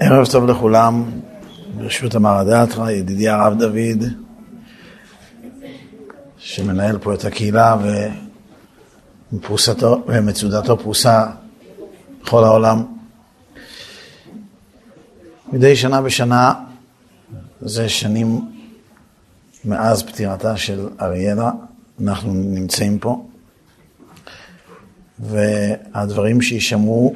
ערב טוב לכולם, ברשות המרדתרא, ידידי הרב דוד, שמנהל פה את הקהילה ומצודתו פרוסה בכל העולם. מדי שנה בשנה, זה שנים מאז פטירתה של אריאלה, אנחנו נמצאים פה, והדברים שישמעו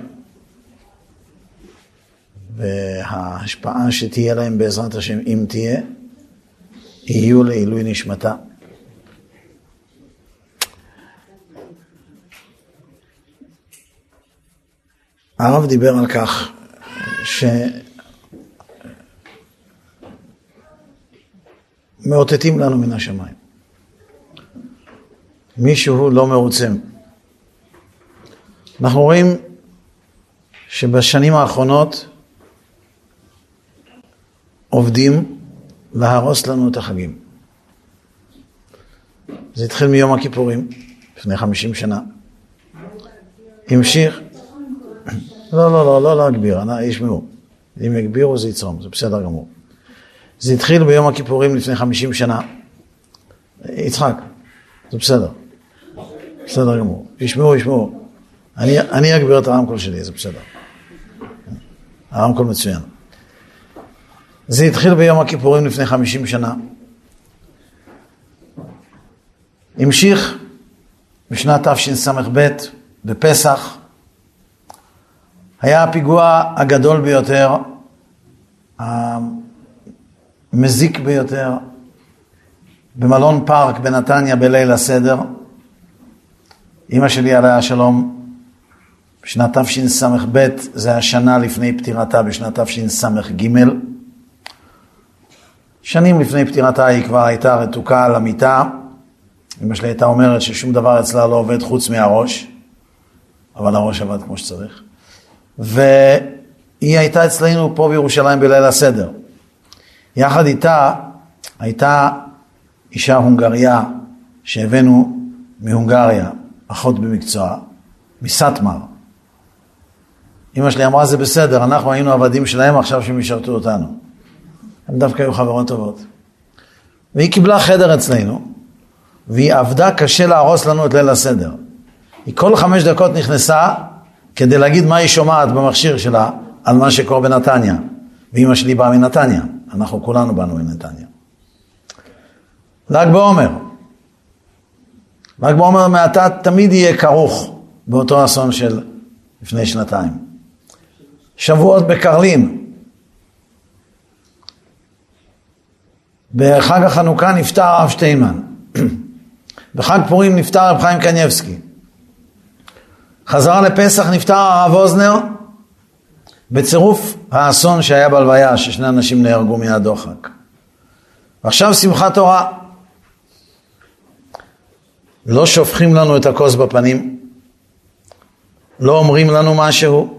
וההשפעה שתהיה להם בעזרת השם, אם תהיה, יהיו לעילוי נשמתה. הרב דיבר על כך שמאותתים לנו מן השמיים. מישהו לא מרוצה. אנחנו רואים שבשנים האחרונות עובדים להרוס לנו את החגים. זה התחיל מיום הכיפורים, לפני 50 שנה. המשיך. לא להגביר, ישמעו. אם יגבירו זה יצרום, זה בסדר גמור. זה התחיל ביום הכיפורים לפני 50 שנה. יצחק, זה בסדר. בסדר גמור. ישמעו. אני אגביר את הרמקול שלי, זה בסדר. הרמקול מצוין. זה התחיל ביום הכיפורים לפני 50 שנה. המשיך בשנת תשס"ב, בפסח. היה הפיגוע הגדול ביותר, המזיק ביותר, במלון פארק בנתניה בליל הסדר. אמא שלי עליה השלום, בשנת תשס"ב, זה השנה לפני פטירתה, בשנת תשס"ג. שנים לפני פטירתה היא כבר הייתה רתוקה על המיטה. אמא שלי הייתה אומרת ששום דבר אצלה לא עובד חוץ מהראש, אבל הראש עבד כמו שצריך. והיא הייתה אצלנו פה בירושלים בליל הסדר. יחד איתה הייתה אישה הונגריה שהבאנו מהונגריה, אחות במקצוע, מסטמר. אמא שלי אמרה זה בסדר, אנחנו היינו עבדים שלהם עכשיו שהם ישרתו אותנו. הם דווקא היו חברות טובות. והיא קיבלה חדר אצלנו, והיא עבדה קשה להרוס לנו את ליל הסדר. היא כל 5 דקות נכנסה כדי להגיד מה היא שומעת במכשיר שלה על מה שקורה בנתניה. ואמא שלי באה מנתניה, אנחנו כולנו באנו מנתניה. ל"ג בעומר. ל"ג בעומר מעתה תמיד יהיה כרוך באותו אסון של לפני 2 שנים. שבועות בקרלין. בחג החנוכה נפטר הרב שטיינמן. בחג פורים נפטר רב חיים קניבסקי. חזרה לפסח נפטר הרב אוזנר, בצירוף האסון שהיה בלוויה, ש2 אנשים נהרגו מיד דוחק. ועכשיו שמחת תורה. לא שופכים לנו את הכוס בפנים, לא אומרים לנו משהו.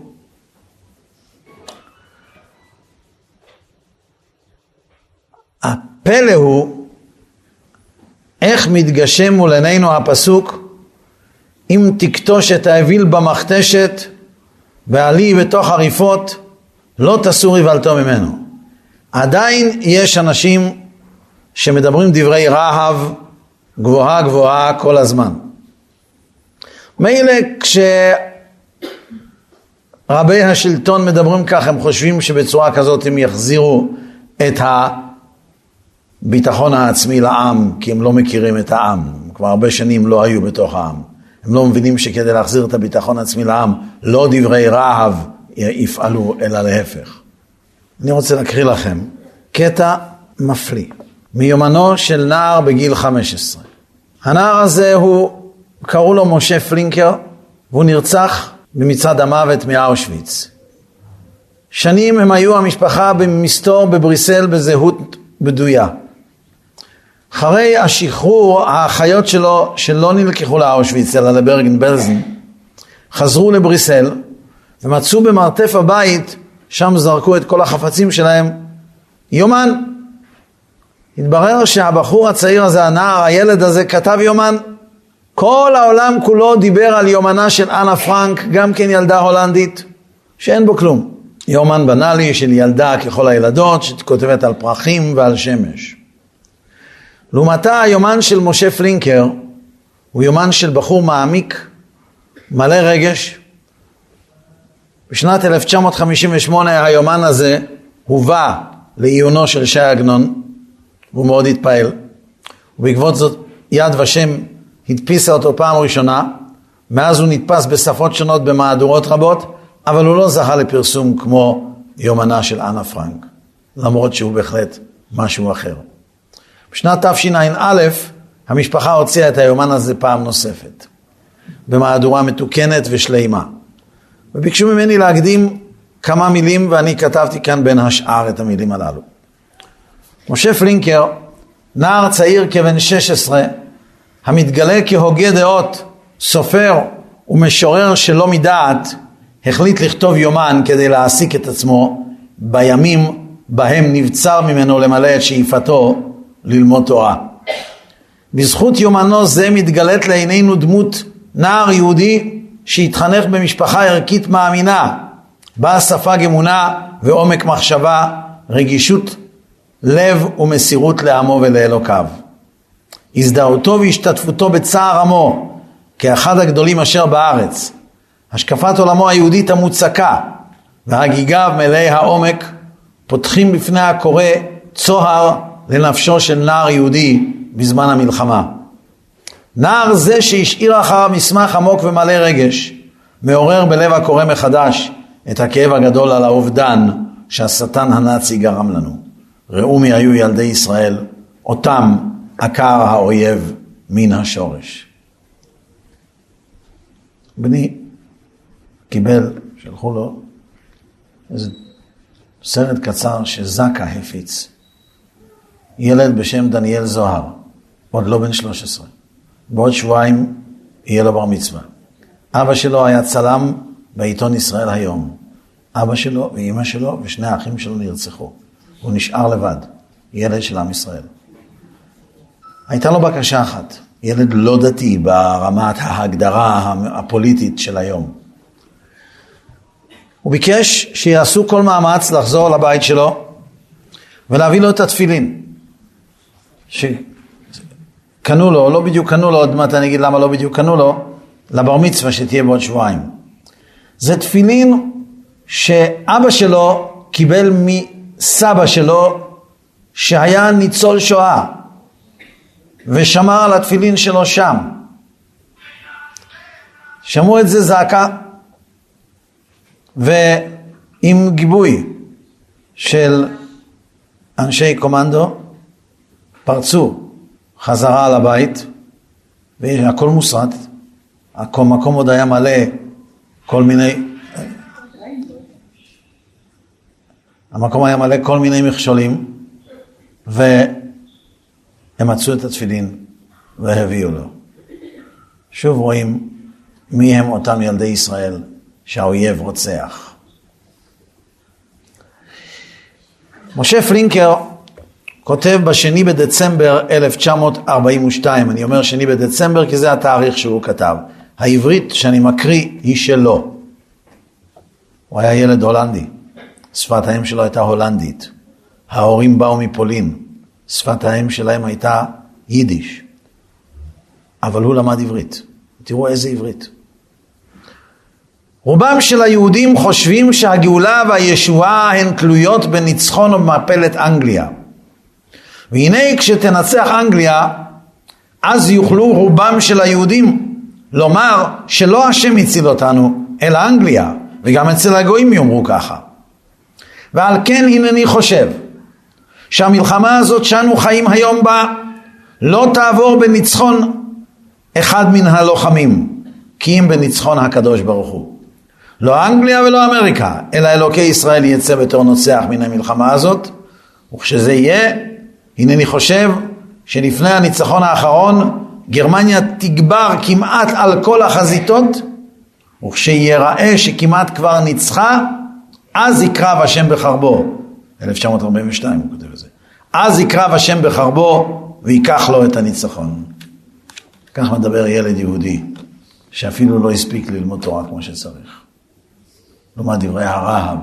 הפלא הוא איך מתגשם מול עינינו הפסוק, אם תקטוש את האוויל במכתשת ועלי בתוך הריפות לא תסור יבלתו ממנו. עדיין יש אנשים שמדברים דברי רהב גבוהה גבוהה כל הזמן. מילא כשרבי השלטון מדברים כך, הם חושבים שבצורה כזאת הם יחזירו את הביטחון העצמי לעם, כי הם לא מכירים את העם. כבר הרבה שנים לא היו בתוך העם. הם לא מבינים שכדי להחזיר את הביטחון העצמי לעם, לא דברי רהב יפעלו, אלא להפך. אני רוצה להקריא לכם קטע מפליא, מיומנו של נער בגיל 15. הנער הזה קראו לו משה פלינקר, והוא נרצח במצעד המוות מאושוויץ. שנים הם היו המשפחה במסתור בבריסל בזהות בדויה. אחרי השחרור, האחיות שלו, שלא נלקחו לאושוויץ, אלא לברגן בלזן, חזרו לבריסל, ומצאו במרתף הבית, שם זרקו את כל החפצים שלהם, יומן. התברר שהבחור הצעיר הזה, הנער, הילד הזה, כתב יומן. כל העולם כולו דיבר על יומנה של אנה פרנק, גם כן ילדה הולנדית, שאין בו כלום. יומן בנאלי של ילדה ככל הילדות, שכותבת על פרחים ועל שמש. לעומתה, היומן של משה פלינקר הוא יומן של בחור מעמיק, מלא רגש. בשנת 1958 היומן הזה הובא לעיונו של שי עגנון, והוא מאוד התפעל. ובעקבות זאת יד ושם הדפיסה אותו פעם ראשונה, מאז הוא נתפס בשפות שונות במהדורות רבות, אבל הוא לא זכה לפרסום כמו יומנה של אנה פרנק, למרות שהוא בהחלט משהו אחר. בשנת תשע"א המשפחה הוציאה את היומן הזה פעם נוספת, במהדורה מתוקנת ושלימה. וביקשו ממני להקדים כמה מילים, ואני כתבתי כאן בין השאר את המילים הללו. משה פלינקר, נער צעיר כבן 16, המתגלה כהוגה דעות, סופר ומשורר שלא מדעת, החליט לכתוב יומן כדי להעסיק את עצמו בימים בהם נבצר ממנו למלא את שאיפתו ללמוד תורה. בזכות יומנו זה מתגלית לעינינו דמות נער יהודי שהתחנך במשפחה ערכית מאמינה, בה שפה גמונה ועומק מחשבה, רגישות לב ומסירות לעמו ולאלוקיו. הזדהותו והשתתפותו בצער עמו כאחד הגדולים אשר בארץ, השקפת עולמו היהודית המוצקה והגיגיו מלאי העומק פותחים בפני הקורא צוהר לנפשו של נער יהודי בזמן המלחמה. נער זה שהשאיר אחריו מסמך עמוק ומלא רגש, מעורר בלב הקורא מחדש את הכאב הגדול על האובדן שהשטן הנאצי גרם לנו. ראו מי היו ילדי ישראל, אותם עקר האויב מן השורש. בני קיבל, שלחו לו איזה סרט קצר שזקה הפיץ. ילד בשם דניאל זוהר, עוד לא בן 13. בעוד שבועיים יהיה לו בר מצווה. אבא שלו היה צלם בעיתון ישראל היום. אבא שלו ואמא שלו ושני האחים שלו נרצחו. הוא נשאר לבד, ילד של עם ישראל. הייתה לו בקשה אחת, ילד לא דתי ברמת ההגדרה הפוליטית של היום. הוא ביקש שיעשו כל מאמץ לחזור לבית שלו ולהביא לו את התפילין שקנו לו, לא בדיוק קנו לו, עוד מעט אני אגיד למה לא בדיוק קנו לו, לבר מצווה שתהיה בעוד שבועיים. זה תפילין שאבא שלו קיבל מסבא שלו שהיה ניצול שואה ושמר על התפילין שלו שם. שמעו את זה זעקה, ועם גיבוי של אנשי קומנדו פרצו חזרה על הבית, והכל מוסרט. המקום עוד היה מלא כל מיני, המקום היה מלא כל מיני מכשולים, והם מצאו את התפילין והביאו לו. שוב רואים מי הם אותם ילדי ישראל שהאויב רוצח. משה פלינקר כותב בשני בדצמבר 1942, אני אומר שני בדצמבר כי זה התאריך שהוא כתב. העברית שאני מקריא היא שלו. הוא היה ילד הולנדי, שפת האם שלו הייתה הולנדית. ההורים באו מפולין, שפת האם שלהם הייתה יידיש. אבל הוא למד עברית. תראו איזה עברית. רובם של היהודים חושבים שהגאולה והישועה הן תלויות בניצחון ובמפלת אנגליה. והנה כשתנצח אנגליה, אז יוכלו רובם של היהודים לומר שלא השם הציל אותנו, אלא אנגליה, וגם אצל הגויים יאמרו ככה. ועל כן הנני חושב שהמלחמה הזאת שאנו חיים היום בה לא תעבור בניצחון אחד מן הלוחמים, כי אם בניצחון הקדוש ברוך הוא. לא אנגליה ולא אמריקה, אלא אלוקי ישראל יצא בתור נוצח מן המלחמה הזאת, וכשזה יהיה, הנני חושב שלפני הניצחון האחרון, גרמניה תגבר כמעט על כל החזיתות, וכשיראה שכמעט כבר ניצחה, אז יקרב השם בחרבו. 1942 הוא כותב את זה. אז יקרב השם בחרבו ויקח לו את הניצחון. כך מדבר ילד יהודי, שאפילו לא הספיק ללמוד תורה כמו שצריך. לעומת דברי הרהב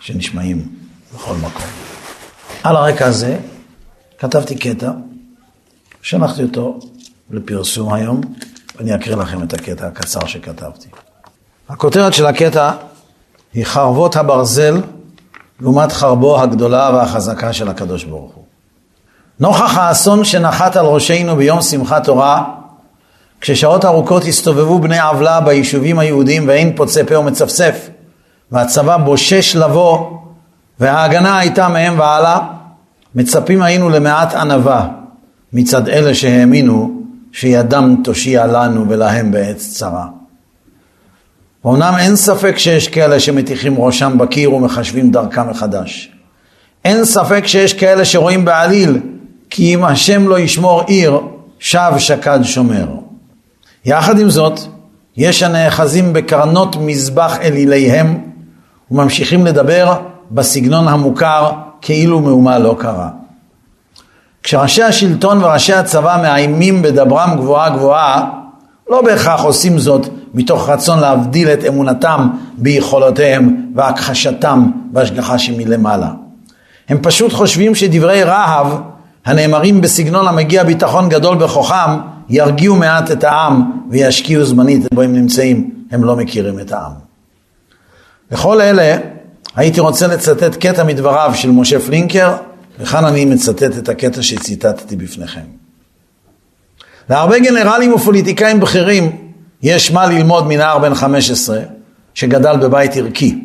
שנשמעים בכל מקום. על הרקע הזה כתבתי קטע, שלחתי אותו לפרסום היום, ואני אקריא לכם את הקטע הקצר שכתבתי. הכותרת של הקטע היא חרבות הברזל לעומת חרבו הגדולה והחזקה של הקדוש ברוך הוא. נוכח האסון שנחת על ראשינו ביום שמחת תורה, כששעות ארוכות הסתובבו בני עוולה ביישובים היהודיים ואין פוצה פה ומצפצף, והצבא בושש לבוא וההגנה הייתה מהם והלאה, מצפים היינו למעט ענווה מצד אלה שהאמינו שידם תושיע לנו ולהם בעת צרה. ואומנם אין ספק שיש כאלה שמתיחים ראשם בקיר ומחשבים דרכם מחדש. אין ספק שיש כאלה שרואים בעליל כי אם השם לא ישמור עיר, שב שקד שומר. יחד עם זאת, יש הנאחזים בקרנות מזבח אליליהם וממשיכים לדבר בסגנון המוכר כאילו מאומה לא קרה. כשראשי השלטון וראשי הצבא מאיימים בדברם גבוהה גבוהה, לא בהכרח עושים זאת מתוך רצון להבדיל את אמונתם ביכולותיהם והכחשתם בהשגחה שמלמעלה. הם פשוט חושבים שדברי רהב הנאמרים בסגנון המגיע ביטחון גדול בכוחם ירגיעו מעט את העם וישקיעו זמנית בו הם נמצאים, הם לא מכירים את העם. לכל אלה הייתי רוצה לצטט קטע מדבריו של משה פלינקר, וכאן אני מצטט את הקטע שציטטתי בפניכם. להרבה גנרלים ופוליטיקאים בכירים יש מה ללמוד מנער בן 15 שגדל בבית ערכי.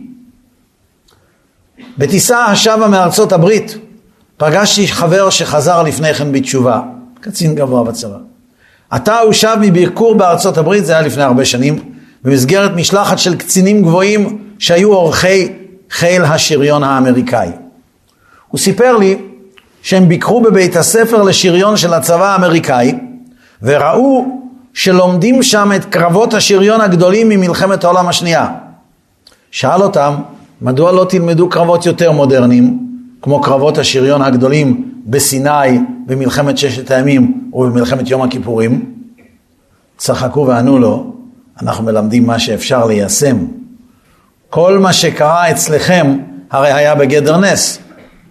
בטיסה השבה מארצות הברית פגשתי חבר שחזר לפני כן בתשובה, קצין גבוה בצבא. עתה הוא שב מביקור בארצות הברית, זה היה לפני הרבה שנים, במסגרת משלחת של קצינים גבוהים שהיו אורחי חיל השריון האמריקאי. הוא סיפר לי שהם ביקרו בבית הספר לשריון של הצבא האמריקאי, וראו שלומדים שם את קרבות השריון הגדולים ממלחמת העולם השנייה. שאל אותם, מדוע לא תלמדו קרבות יותר מודרניים, כמו קרבות השריון הגדולים בסיני, במלחמת ששת הימים ובמלחמת יום הכיפורים? צחקו וענו לו, אנחנו מלמדים מה שאפשר ליישם. כל מה שקרה אצלכם הרי היה בגדר נס.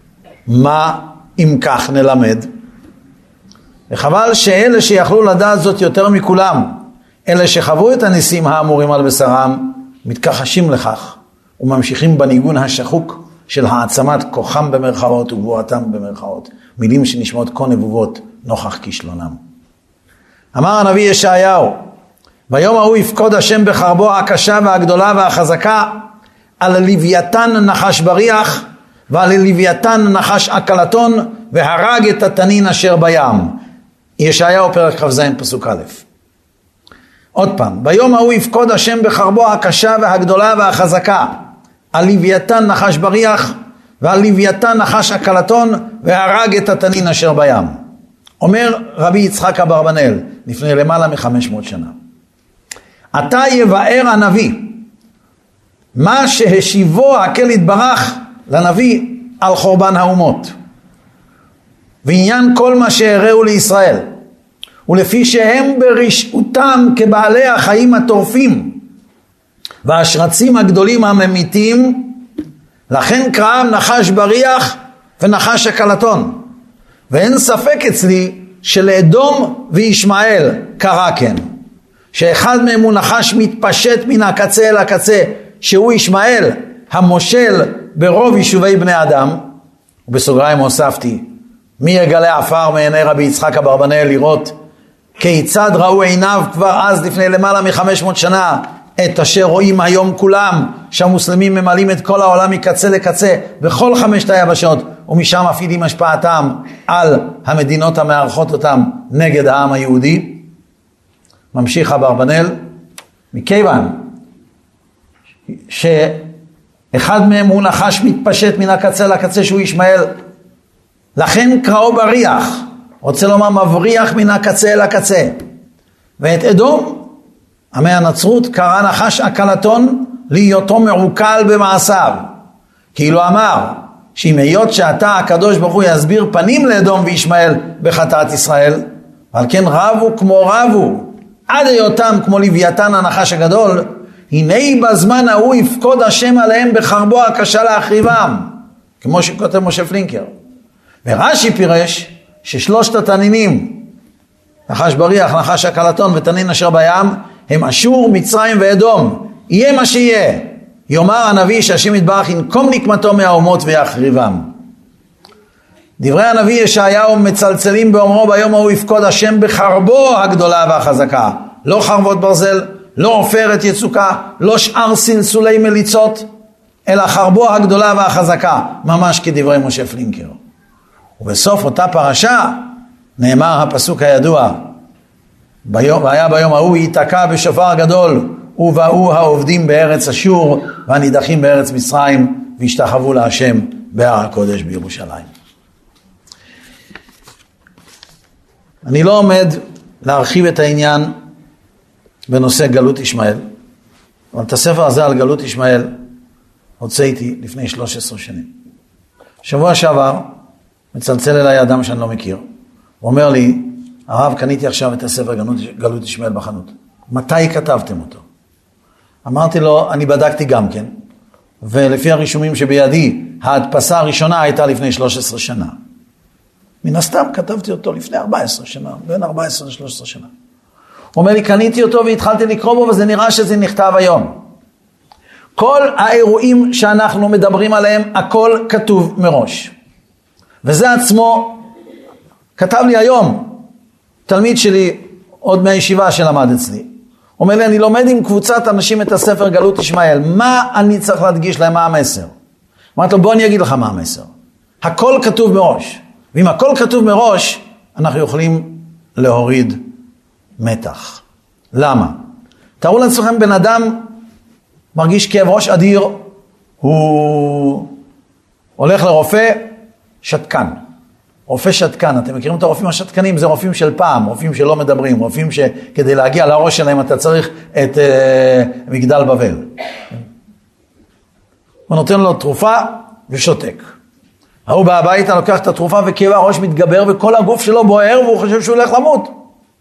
מה אם כך נלמד? וחבל שאלה שיכלו לדעת זאת יותר מכולם, אלה שחוו את הניסים האמורים על בשרם, מתכחשים לכך וממשיכים בניגון השחוק של העצמת כוחם במרכאות וגבורתם במרכאות, מילים שנשמעות כה נבובות נוכח כישלונם. אמר הנביא ישעיהו, ביום ההוא יפקוד השם בחרבו הקשה והגדולה והחזקה על לוויתן נחש בריח ועל לוויתן נחש עקלתון והרג את התנין אשר בים. ישעיהו פרק כ"ז פסוק א'. עוד פעם, ביום ההוא יפקוד השם בחרבו הקשה והגדולה והחזקה על לוויתן נחש בריח ועל לוויתן נחש עקלתון והרג את התנין אשר בים. אומר רבי יצחק אברבנאל לפני למעלה מ-500 שנה, עתה יבאר הנביא מה שהשיבו הקל יתברך לנביא על חורבן האומות ועניין כל מה שהראו לישראל, ולפי שהם ברשעותם כבעלי החיים הטורפים והשרצים הגדולים הממיתים, לכן קראם נחש בריח ונחש עקלתון. ואין ספק אצלי שלאדום וישמעאל קרה כן, שאחד מהם הוא נחש מתפשט מן הקצה אל הקצה, שהוא ישמעאל המושל ברוב יישובי בני אדם. ובסוגריים הוספתי, מי יגלה עפר מעיני רבי יצחק אברבנאל לראות כיצד ראו עיניו כבר אז לפני למעלה מ-500 שנה את אשר רואים היום כולם, שהמוסלמים ממלאים את כל העולם מקצה לקצה בכל 5 היבשות, ומשם מפעילים השפעתם על המדינות המארחות אותם נגד העם היהודי. ממשיך אברבנאל, מכיוון שאחד מהם הוא נחש מתפשט מן הקצה לקצה שהוא ישמעאל, לכן קראו בריח, רוצה לומר מבריח מן הקצה אל הקצה. ואת אדום, עמי הנצרות, קרא נחש עקלתון להיותו מעוקל במעשיו, כאילו אמר שאם היות שאתה הקדוש ברוך הוא יסביר פנים לאדום וישמעאל בחטאת ישראל, ועל כן רבו כמו רבו עד היותם כמו לוויתן הנחש הגדול, הנה בזמן ההוא יפקוד השם עליהם בחרבו הקשה להחריבם, כמו שכותב משה פלינקר. ורש"י פירש ששלושת התנינים, נחש בריח, נחש הקלטון ותנין אשר בים, הם אשור, מצרים ואדום. יהיה מה שיהיה, יאמר הנביא שהשם יתברך ינקום נקמתו מהאומות ויחריבם. דברי הנביא ישעיהו מצלצלים באומרו ביום ההוא יפקוד השם בחרבו הגדולה והחזקה. לא חרבות ברזל, לא עופרת יצוקה, לא שאר סלסולי מליצות, אלא חרבו הגדולה והחזקה, ממש כדברי משה פלינקר. ובסוף אותה פרשה נאמר הפסוק הידוע, והיה ביום ההוא ייתקע בשופר גדול, ובאו העובדים בארץ אשור והנידחים בארץ מצרים, והשתחוו להשם בהר הקודש בירושלים. אני לא עומד להרחיב את העניין בנושא גלות ישמעאל, אבל את הספר הזה על גלות ישמעאל הוצאתי לפני 13 שנים. שבוע שעבר מצלצל אליי אדם שאני לא מכיר, הוא אומר לי, הרב, קניתי עכשיו את הספר גלות ישמעאל בחנות, מתי כתבתם אותו? אמרתי לו, אני בדקתי גם כן, ולפי הרישומים שבידי, ההדפסה הראשונה הייתה לפני 13 שנה. מן הסתם כתבתי אותו לפני 14 שנה, בין 14 ל-13 שנה. הוא אומר לי, קניתי אותו והתחלתי לקרוא בו, וזה נראה שזה נכתב היום. כל האירועים שאנחנו מדברים עליהם, הכל כתוב מראש. וזה עצמו, כתב לי היום, תלמיד שלי, עוד מהישיבה שלמד אצלי. הוא אומר לי, אני לומד עם קבוצת אנשים את הספר גלות ישמעאל, מה אני צריך להדגיש להם, מה המסר? אמרתי לו, בוא אני אגיד לך מה המסר. הכל כתוב מראש. ואם הכל כתוב מראש, אנחנו יכולים להוריד מתח. למה? תראו לעצמכם, בן אדם מרגיש כאב ראש אדיר, הוא הולך לרופא שתקן. רופא שתקן, אתם מכירים את הרופאים השתקנים? זה רופאים של פעם, רופאים שלא מדברים, רופאים שכדי להגיע לראש שלהם אתה צריך את מגדל בבל. הוא נותן לו תרופה ושותק. הוא בא הביתה, לוקח את התרופה וכאב הראש מתגבר וכל הגוף שלו בוער והוא חושב שהוא הולך למות.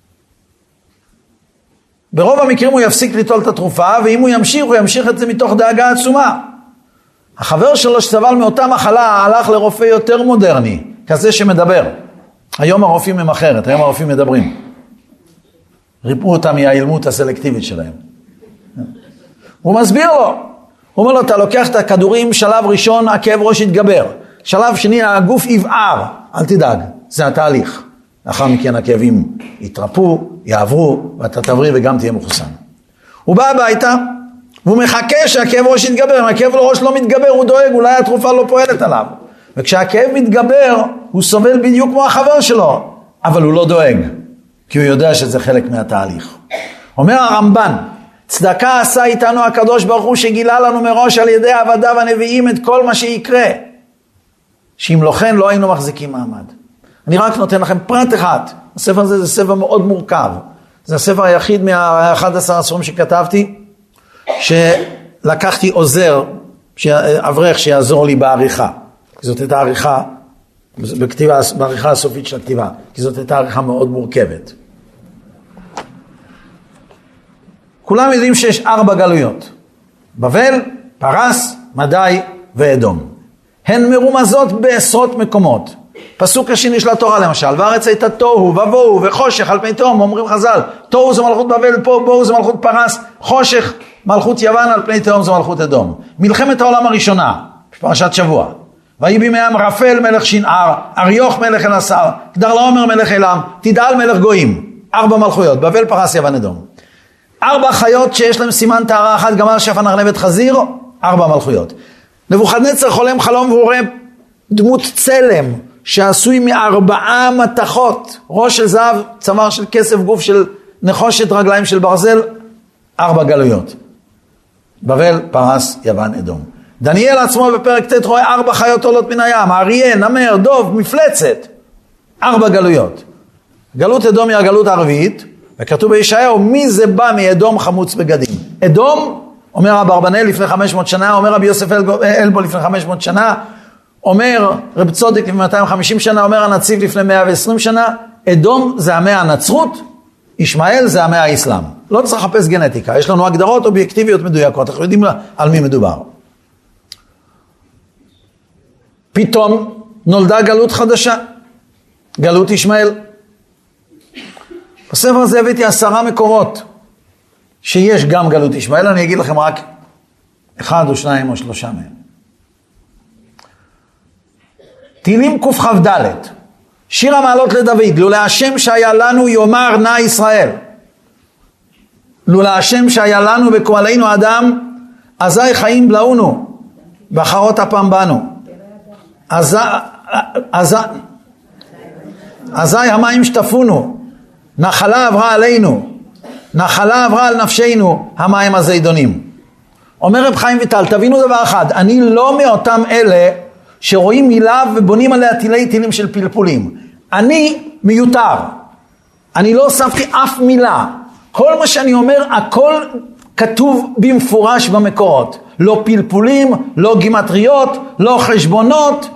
ברוב המקרים הוא יפסיק ליטול את התרופה, ואם הוא ימשיך את זה מתוך דאגה עצומה. החבר שלו שסבל מאותה מחלה הלך לרופא יותר מודרני, כזה שמדבר. היום הרופאים הם אחרת, היום הרופאים מדברים. ריפאו אותם מהאילמות הסלקטיבית שלהם. הוא מסביר לו, הוא אומר לו, אתה לוקח את הכדורים, שלב ראשון הכאב ראש יתגבר, שלב שני הגוף יבער, אל תדאג, זה התהליך. לאחר מכן הכאבים יתרפו, יעברו, ואתה תבריא וגם תהיה מחוסן. הוא בא הביתה, והוא מחכה שהכאב ראש יתגבר. אם הכאב ראש לא מתגבר, הוא דואג, אולי התרופה לא פועלת עליו. וכשהכאב מתגבר, הוא סובל בדיוק כמו החבר שלו, אבל הוא לא דואג, כי הוא יודע שזה חלק מהתהליך. אומר הרמב"ן, צדקה עשה איתנו הקדוש ברוך הוא שגילה לנו מראש על ידי עבדיו הנביאים את כל מה שיקרה. שאם לא כן לא היינו מחזיקים מעמד. אני רק נותן לכם פרט אחד. הספר הזה זה ספר מאוד מורכב. זה הספר היחיד מה-11 הספרים שכתבתי, שלקחתי עוזר, אברך שיעזור לי בעריכה. כי זאת הייתה עריכה, בעריכה הסופית של הכתיבה. כי זאת הייתה עריכה מאוד מורכבת. כולם יודעים שיש 4 גלויות. בבל, פרס, מדי ואדום. הן מרומזות בעשרות מקומות. פסוק השני של התורה למשל, והארץ הייתה תוהו ובוהו וחושך על פני תהום, אומרים חז"ל, תוהו זה מלכות בבל פה, בוהו זה מלכות פרס, חושך מלכות יוון, על פני תהום זה מלכות אדום. מלחמת העולם הראשונה, פרשת שבוע. ויהי בימיהם רפל מלך שנער, אריוך מלך אלעשר, כדרלעומר מלך אלם, תדעל מלך גויים. 4 מלכויות, בבל, פרס, יוון, אדום. 4 חיות שיש להם סימן טהרה אחת, גמל, שפן, ארנבת, חזיר, 4 מלכויות. נבוכדנצר חולם חלום והוא רואה דמות צלם שעשוי מ4 מתכות, ראש של זהב, צוואר של כסף, גוף של נחושת, רגליים של ברזל, 4 גלויות. בבל, פרס, יוון, אדום. דניאל עצמו בפרק ט' רואה 4 חיות עולות מן הים, אריה, נמר, דוב, מפלצת, 4 גלויות. גלות אדום היא הגלות הרביעית, וכתוב בישעיהו, מי זה בא מאדום חמוץ בגדים? אדום, אומר אברבנאל לפני 500 שנה, אומר רבי יוסף אלבו לפני 500 שנה, אומר רב צודק לפני 250 שנה, אומר הנציב לפני 120 שנה, אדום זה עמי הנצרות, ישמעאל זה עמי האסלאם. לא צריך לחפש גנטיקה, יש לנו הגדרות אובייקטיביות מדויקות, אנחנו יודעים על מי מדובר. פתאום נולדה גלות חדשה, גלות ישמעאל. בספר הזה הבאתי 10 מקורות שיש גם גלות ישמעאל, אני אגיד לכם רק 1 או 2 או 3 מהם. תהילים קכ"ד, שיר המעלות לדוד, לולא השם שהיה לנו יאמר נא ישראל. לולא השם שהיה לנו וקהלנו אדם, אזי חיים בלעונו, בחרות אפם בנו. אזי המים שטפונו, נחלה עברה עלינו, נחלה עברה על נפשנו, המים הזידונים. אומר רב חיים ויטל, תבינו דבר אחד, אני לא מאותם אלה שרואים מילה ובונים עליה תילים של פלפולים. אני מיותר. אני לא הוספתי אף מילה. כל מה שאני אומר, הכל כתוב במפורש במקורות. לא פלפולים, לא גימטריות, לא חשבונות.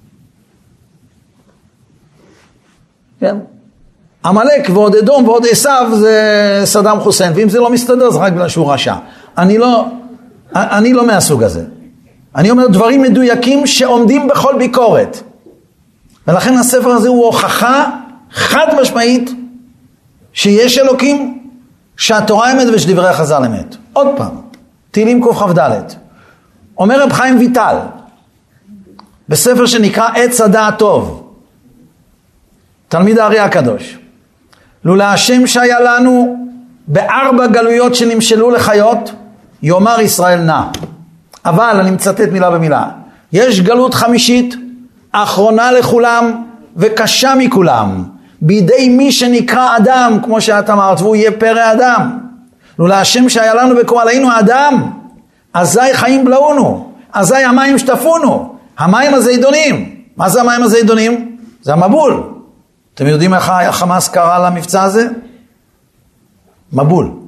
כן? עמלק ועוד אדום ועוד עשיו זה סדאם חוסיין, ואם זה לא מסתדר זה רק בגלל שהוא רשע. אני לא מהסוג הזה. אני אומר דברים מדויקים שעומדים בכל ביקורת. ולכן הספר הזה הוא הוכחה חד משמעית שיש אלוקים, שהתורה אמת ושדברי חז"ל אמת. עוד פעם, תהילים קכ"ד. אומר רב חיים ויטל, בספר שנקרא עץ הדעת טוב, תלמיד הארי הקדוש, לולא השם שהיה לנו ב4 גלויות שנמשלו לחיות, יאמר ישראל נא. אבל אני מצטט מילה במילה, יש גלות חמישית, אחרונה לכולם וקשה מכולם, בידי מי שנקרא אדם, כמו שאת אמרת, והוא יהיה פרא אדם. לולא השם שהיה לנו וקהלנו אדם, אזי חיים בלעונו, אזי המים שטפונו, המים הזידונים. מה זה המים הזידונים? זה המבול. אתם יודעים איך החמאס קרא למבצע הזה? מבול.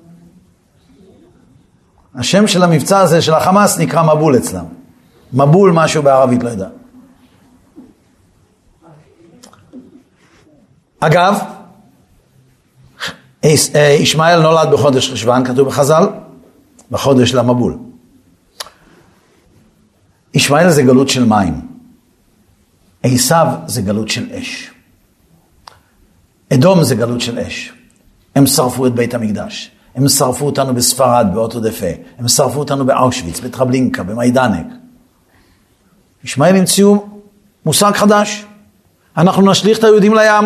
השם של המבצע הזה של החמאס נקרא מבול אצלם. מבול משהו בערבית, לא יודע. אגב, ישמעאל נולד בחודש חשוון, כתוב בחז"ל, בחודש למבול. ישמעאל זה גלות של מים. עשיו זה גלות של אש. אדום זה גלות של אש. הם שרפו את בית המקדש. הם שרפו אותנו בספרד, באוטו דפה. הם שרפו אותנו באושוויץ, בטרבלינקה, במיידנק. ישמעאל המציאו מושג חדש. אנחנו נשליך את היהודים לים.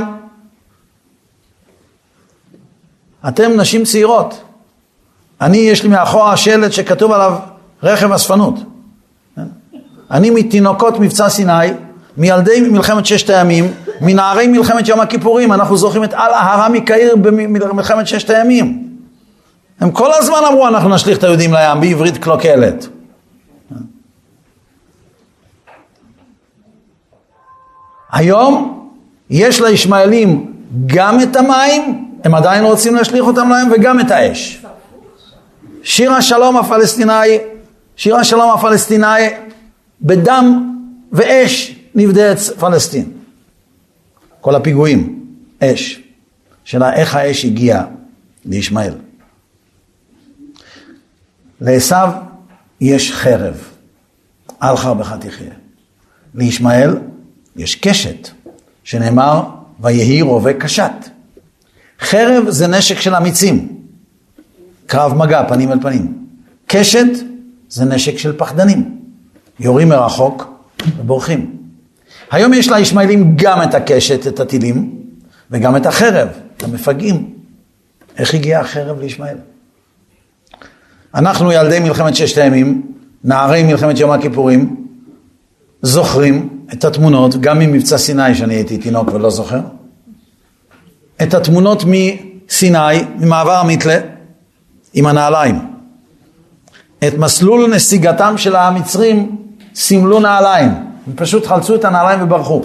אתם נשים צעירות. יש לי מאחורה שלט שכתוב עליו רכב אספנות. אני מתינוקות מבצע סיני, מילדי מלחמת 6 הימים, מנערי מלחמת יום הכיפורים, אנחנו זוכרים את על ההרה מקהיר במלחמת 6 הימים. הם כל הזמן אמרו, אנחנו נשליך את היהודים לים, בעברית קלוקלת. היום יש לישמעאלים גם את המים, הם עדיין רוצים להשליך אותם להם, וגם את האש. שיר השלום הפלסטיני, בדם ואש נפדה את פלסטין. כל הפיגועים, אש. שאלה איך האש הגיעה לישמעאל. לעשיו יש חרב, על חרבך תחיה. לישמעאל יש קשת, שנאמר ויהי רובה קשת. חרב זה נשק של אמיצים, קרב מגע, פנים אל פנים. קשת זה נשק של פחדנים, יורים מרחוק ובורחים. היום יש לישמעאלים גם את הקשת, את הטילים, וגם את החרב, את המפגעים. איך הגיעה החרב לישמעאל? אנחנו ילדי מלחמת 6 הימים, נערי מלחמת יום הכיפורים, זוכרים את התמונות, גם ממבצע סיני שאני הייתי תינוק ולא זוכר, את התמונות מסיני, ממעבר המיתלה, עם הנעליים. את מסלול נסיגתם של המצרים סימלו נעליים. הם פשוט חלצו את הנעליים וברחו.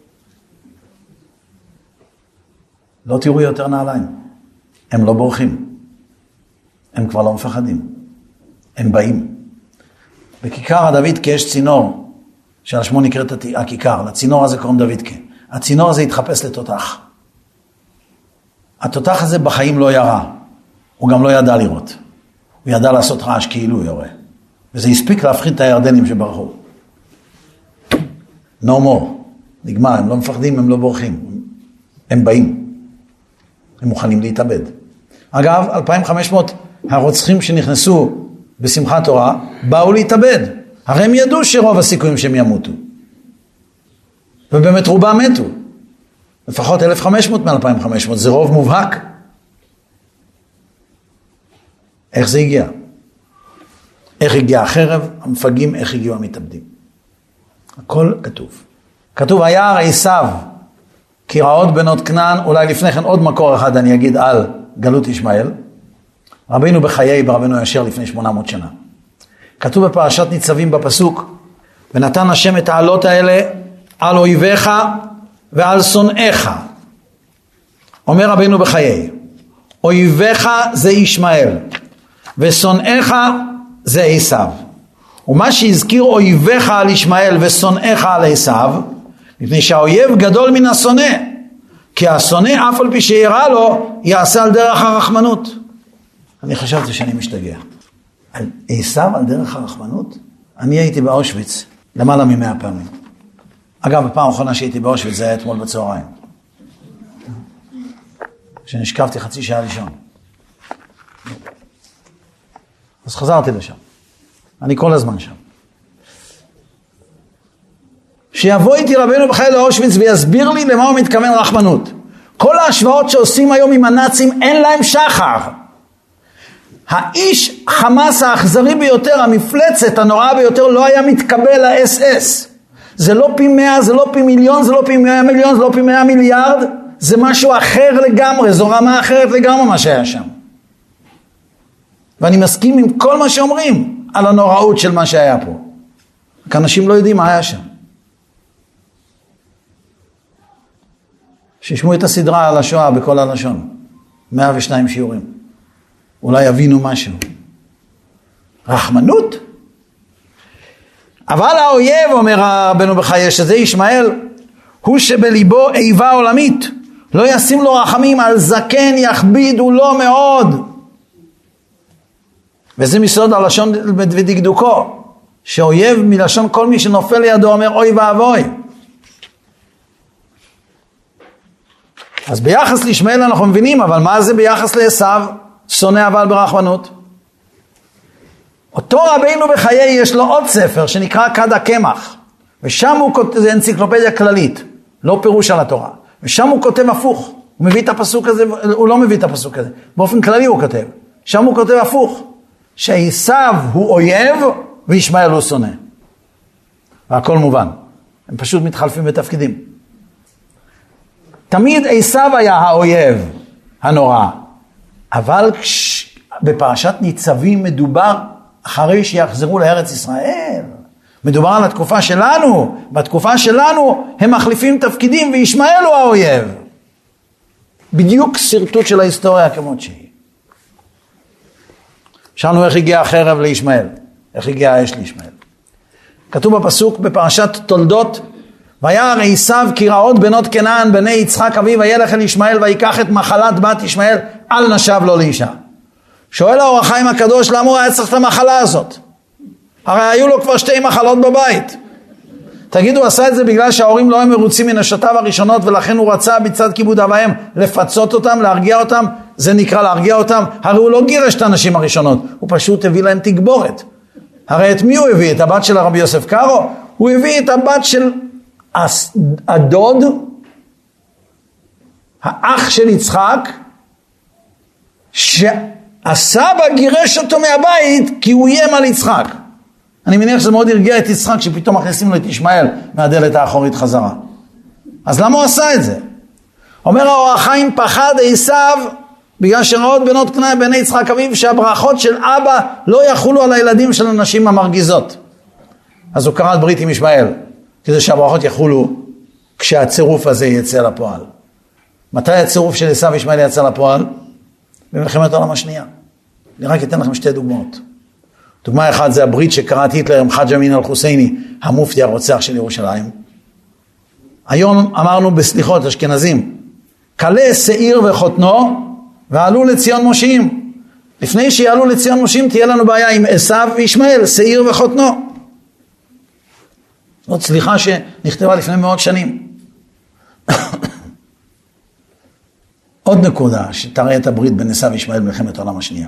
לא תראו יותר נעליים. הם לא בורחים. הם כבר לא מפחדים. הם באים. בכיכר דוידקה יש צינור, שעל שמו נקראת הכיכר. לצינור הזה קוראים דוידקה. הצינור הזה התחפש לתותח. התותח הזה בחיים לא ירה, הוא גם לא ידע לראות. הוא ידע לעשות רעש כאילו הוא יורה. וזה הספיק להפחיד את הירדנים שברחו. No more. נגמר, הם לא מפחדים, הם לא בורחים. הם באים. הם מוכנים להתאבד. אגב, 2,500 הרוצחים שנכנסו בשמחת תורה, באו להתאבד. הרי הם ידעו שרוב הסיכויים שהם ימותו. ובאמת רובם מתו. לפחות 1,500 מ-2,500, זה רוב מובהק. איך זה הגיע? איך הגיע החרב, המפגעים, איך הגיעו המתאבדים. הכל כתוב. כתוב, היה עשיו, כי רעות בנות כנען, אולי לפני כן עוד מקור אחד אני אגיד על גלות ישמעאל. רבינו בחיי ברבינו ישר לפני 800 שנה. כתוב בפרשת ניצבים בפסוק, ונתן השם את העלות האלה על אויביך ועל שונאיך. אומר רבינו בחיי, אויביך זה ישמעאל, ושונאיך זה עשיו. ומה שהזכיר אויביך על ישמעאל ושונאיך על עשיו, מפני שהאויב גדול מן השונא, כי השונא אף על פי שיראה לו, יעשה על דרך הרחמנות. אני חשבתי שאני משתגע. על עשיו על דרך הרחמנות? אני הייתי באושוויץ למעלה מ100 פעמים. אגב, בפעם האחרונה שהייתי באושוויץ זה היה אתמול בצהריים. שנשכבתי חצי שעה לישון. אז חזרתי לשם. אני כל הזמן שם. שיבוא איתי רבינו בחיי לאושוויץ ויסביר לי למה הוא מתכוון רחמנות. כל ההשוואות שעושים היום עם הנאצים אין להם שחר. האיש חמאס האכזרי ביותר, המפלצת הנוראה ביותר, לא היה מתקבל ל-SS. זה לא פי 100, זה לא פי מיליון, זה לא פי 100 מיליון, זה לא פי 100 מיליארד, זה משהו אחר לגמרי, זו רמה אחרת לגמרי מה שהיה שם. ואני מסכים עם כל מה שאומרים על הנוראות של מה שהיה פה. כי אנשים לא יודעים מה היה שם. שישמעו את הסדרה על השואה בכל הלשון. 102 שיעורים. אולי יבינו משהו. רחמנות? אבל האויב, אומר רבנו בחיי, שזה ישמעאל, הוא שבליבו איבה עולמית. לא ישים לו רחמים, על זקן יכבידו לו מאוד. וזה מסוד הלשון ודקדוקו. שאויב מלשון כל מי שנופל לידו אומר אוי ואבוי. אז ביחס לישמעאל אנחנו מבינים, אבל מה זה ביחס לעשיו? שונא אבל ברחמנות. אותו רבינו בחיי יש לו עוד ספר שנקרא כד הקמח, ושם הוא כותב, זה אנציקלופדיה כללית, לא פירוש על התורה, ושם הוא כותב הפוך, הוא מביא את הפסוק הזה, הוא לא מביא את הפסוק הזה, באופן כללי הוא כותב, שם הוא כותב הפוך, שעשיו הוא אויב וישמעאל הוא שונא. והכל מובן, הם פשוט מתחלפים בתפקידים. תמיד עשיו היה האויב הנורא, אבל בפרשת ניצבים מדובר אחרי שיחזרו לארץ ישראל. מדובר על התקופה שלנו, בתקופה שלנו הם מחליפים תפקידים וישמעאל הוא האויב. בדיוק סרטוט של ההיסטוריה כמות שהיא. שאלנו איך הגיע החרב לישמעאל, איך הגיע האש לישמעאל. כתוב בפסוק בפרשת תולדות, וירא עשיו כי רעות בנות כנען בני יצחק אביו, וילך אל ישמעאל ויקח את מחלת בת ישמעאל, אל נשב לו לאישה. שואל האור החיים הקדוש, למה הוא היה צריך את המחלה הזאת? הרי היו לו כבר 2 מחלות בבית. תגידו, הוא עשה את זה בגלל שההורים לא הם מרוצים מנשותיו הראשונות, ולכן הוא רצה בצד כיבוד אביהם לפצות אותם, להרגיע אותם? זה נקרא להרגיע אותם? הרי הוא לא גירש את הנשים הראשונות, הוא פשוט הביא להם תגבורת. הרי את מי הוא הביא? את הבת של הרבי יוסף קארו? הוא הביא את הבת של הדוד, האח של יצחק, שהסבא גירש אותו מהבית כי הוא איים על יצחק. אני מניח שזה מאוד הרגיע את יצחק שפתאום מכניסים לו את ישמעאל מהדלת האחורית חזרה. אז למה הוא עשה את זה? אומר האור החיים, פחד עשיו בגלל שרעות בנות כנען בני יצחק אביו, שהברכות של אבא לא יחולו על הילדים של הנשים המרגיזות. אז הוא קרא את ברית עם ישמעאל, כדי שהברכות יחולו כשהצירוף הזה יצא לפועל. מתי הצירוף של עשיו וישמעאל יצא לפועל? במלחמת העולם השנייה. אני רק אתן לכם 2 דוגמאות. דוגמה אחת זה הברית שקראת היטלר עם חאג' אמין אל-חוסייני, המופתי הרוצח של ירושלים. היום אמרנו בסליחות אשכנזים, כלה שעיר וחותנו, ועלו לציון מושיעים. לפני שיעלו לציון מושיעים תהיה לנו בעיה עם עשיו וישמעאל, שעיר וחותנו. זאת סליחה שנכתבה לפני מאות שנים. עוד נקודה שתראה את הברית בין עשיו וישמעאל במלחמת העולם השנייה.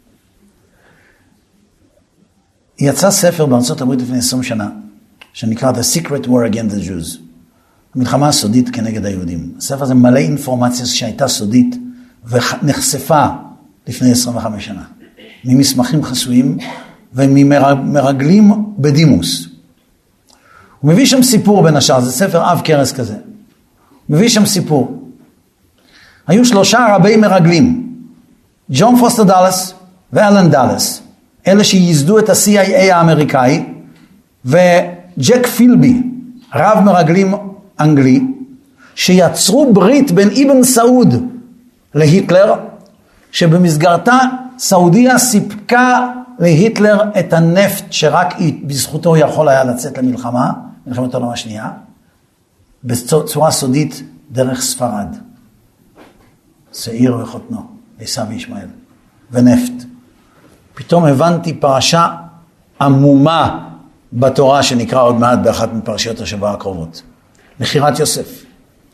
יצא ספר בארצות הברית לפני 20 שנה, שנקרא The Secret War Against the Jews. המלחמה הסודית כנגד היהודים. הספר הזה מלא אינפורמציה שהייתה סודית ונחשפה לפני 25 שנה. ממסמכים חסויים וממרגלים בדימוס. הוא מביא שם סיפור בין השאר, זה ספר אב קרס כזה. הוא מביא שם סיפור. היו 3 רבי מרגלים, ג'ון פוסטר דאלס ואלן דאלס, אלה שייסדו את ה-CIA האמריקאי, וג'ק פילבי, רב מרגלים אנגלי, שיצרו ברית בין אבן סעוד להיטלר, שבמסגרתה סעודיה סיפקה להיטלר את הנפט שרק בזכותו יכול היה לצאת למלחמה, מלחמת העולם השנייה, בצורה סודית דרך ספרד. שעיר וחותנו, עשיו וישמעאל, ונפט. פתאום הבנתי פרשה עמומה בתורה שנקרא עוד מעט באחת מפרשיות השבוע הקרובות. מכירת יוסף.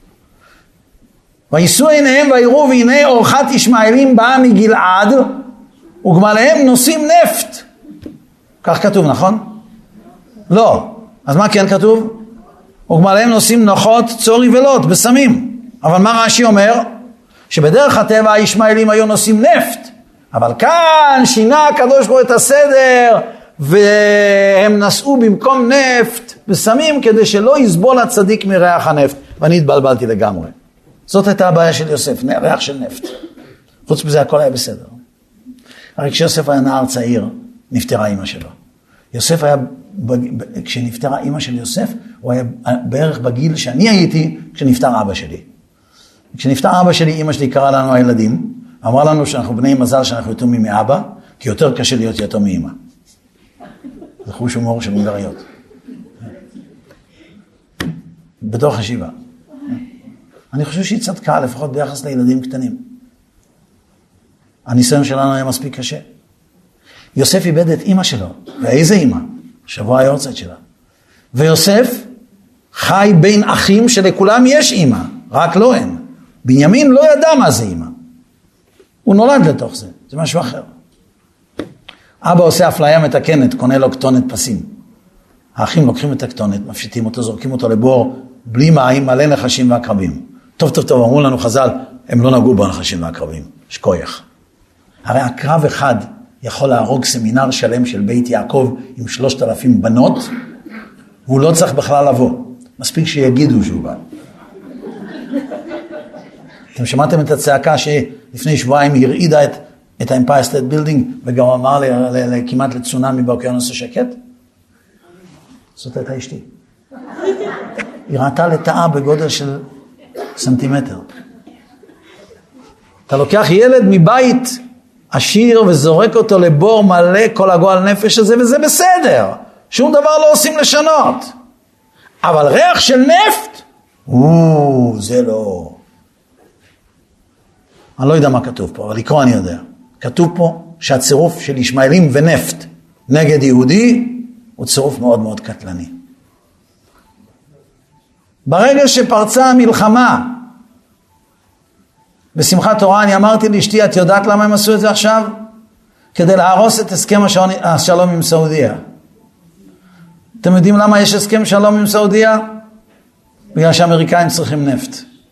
ויסו עיניהם ויראו והנה אורחת ישמעאלים באה מגלעד וגמליהם נושאים נפט. כך כתוב, נכון? לא. אז מה כן כתוב? וגמליהם נושאים נוחות, צורי ולוט, בסמים. אבל מה רש"י אומר? שבדרך הטבע הישמעאלים היו נושאים נפט. אבל כאן שינה הקדוש ברוך הוא את הסדר, והם נשאו במקום נפט בסמים כדי שלא יסבול הצדיק מריח הנפט. ואני התבלבלתי לגמרי. זאת הייתה הבעיה של יוסף, ריח של נפט. חוץ מזה הכל היה בסדר. הרי כשיוסף היה נער צעיר, נפטרה אמא שלו. יוסף היה, כשנפטרה אמא של יוסף, הוא היה בערך בגיל שאני הייתי כשנפטר אבא שלי. כשנפטר אבא שלי, אמא שלי קראה לנו הילדים, אמרה לנו שאנחנו בני מזל שאנחנו יתומים מאבא, כי יותר קשה להיות יתום מאמא. זה חוש הומור של הונגריות. בתוך השיבה. אני חושב שהיא צדקה, לפחות ביחס לילדים קטנים. הניסיון שלנו היה מספיק קשה. יוסף איבד את אמא שלו, ואיזה אמא? שבוע היורצייט שלה. ויוסף חי בין אחים שלכולם יש אמא, רק לא אין. בנימין לא ידע מה זה אמא. הוא נולד לתוך זה, זה משהו אחר. אבא עושה אפליה מתקנת, קונה לו כתונת פסים. האחים לוקחים את הכתונת, מפשיטים אותו, זורקים אותו לבור, בלי מים, מלא נחשים ועקרבים. טוב, אמרו לנו חז"ל, הם לא נגעו בנחשים ועקרבים, שכוייך. הרי עקרב אחד יכול להרוג סמינר שלם של בית יעקב עם 3,000 בנות, והוא לא צריך בכלל לבוא. מספיק שיגידו שהוא בא. אתם שמעתם את הצעקה שלפני שבועיים הרעידה את האמפייר סטייט בילדינג, וגם אמר כמעט לצונאמי באוקיינוס השקט? זאת הייתה אשתי. היא ראתה לטאה בגודל של סנטימטר. אתה לוקח ילד מבית עשיר וזורק אותו לבור מלא כל הגועל נפש הזה, וזה בסדר. שום דבר לא עושים לשנות. אבל ריח של נפט? זה לא. אני לא יודע מה כתוב פה, אבל לקרוא אני יודע. כתוב פה שהצירוף של ישמעאלים ונפט נגד יהודי הוא צירוף מאוד מאוד קטלני. ברגע שפרצה המלחמה, בשמחת תורה אני אמרתי לאשתי, את יודעת למה הם עשו את זה עכשיו? כדי להרוס את הסכם השלום עם סעודיה. אתם יודעים למה יש הסכם שלום עם סעודיה? בגלל שהאמריקאים צריכים נפט.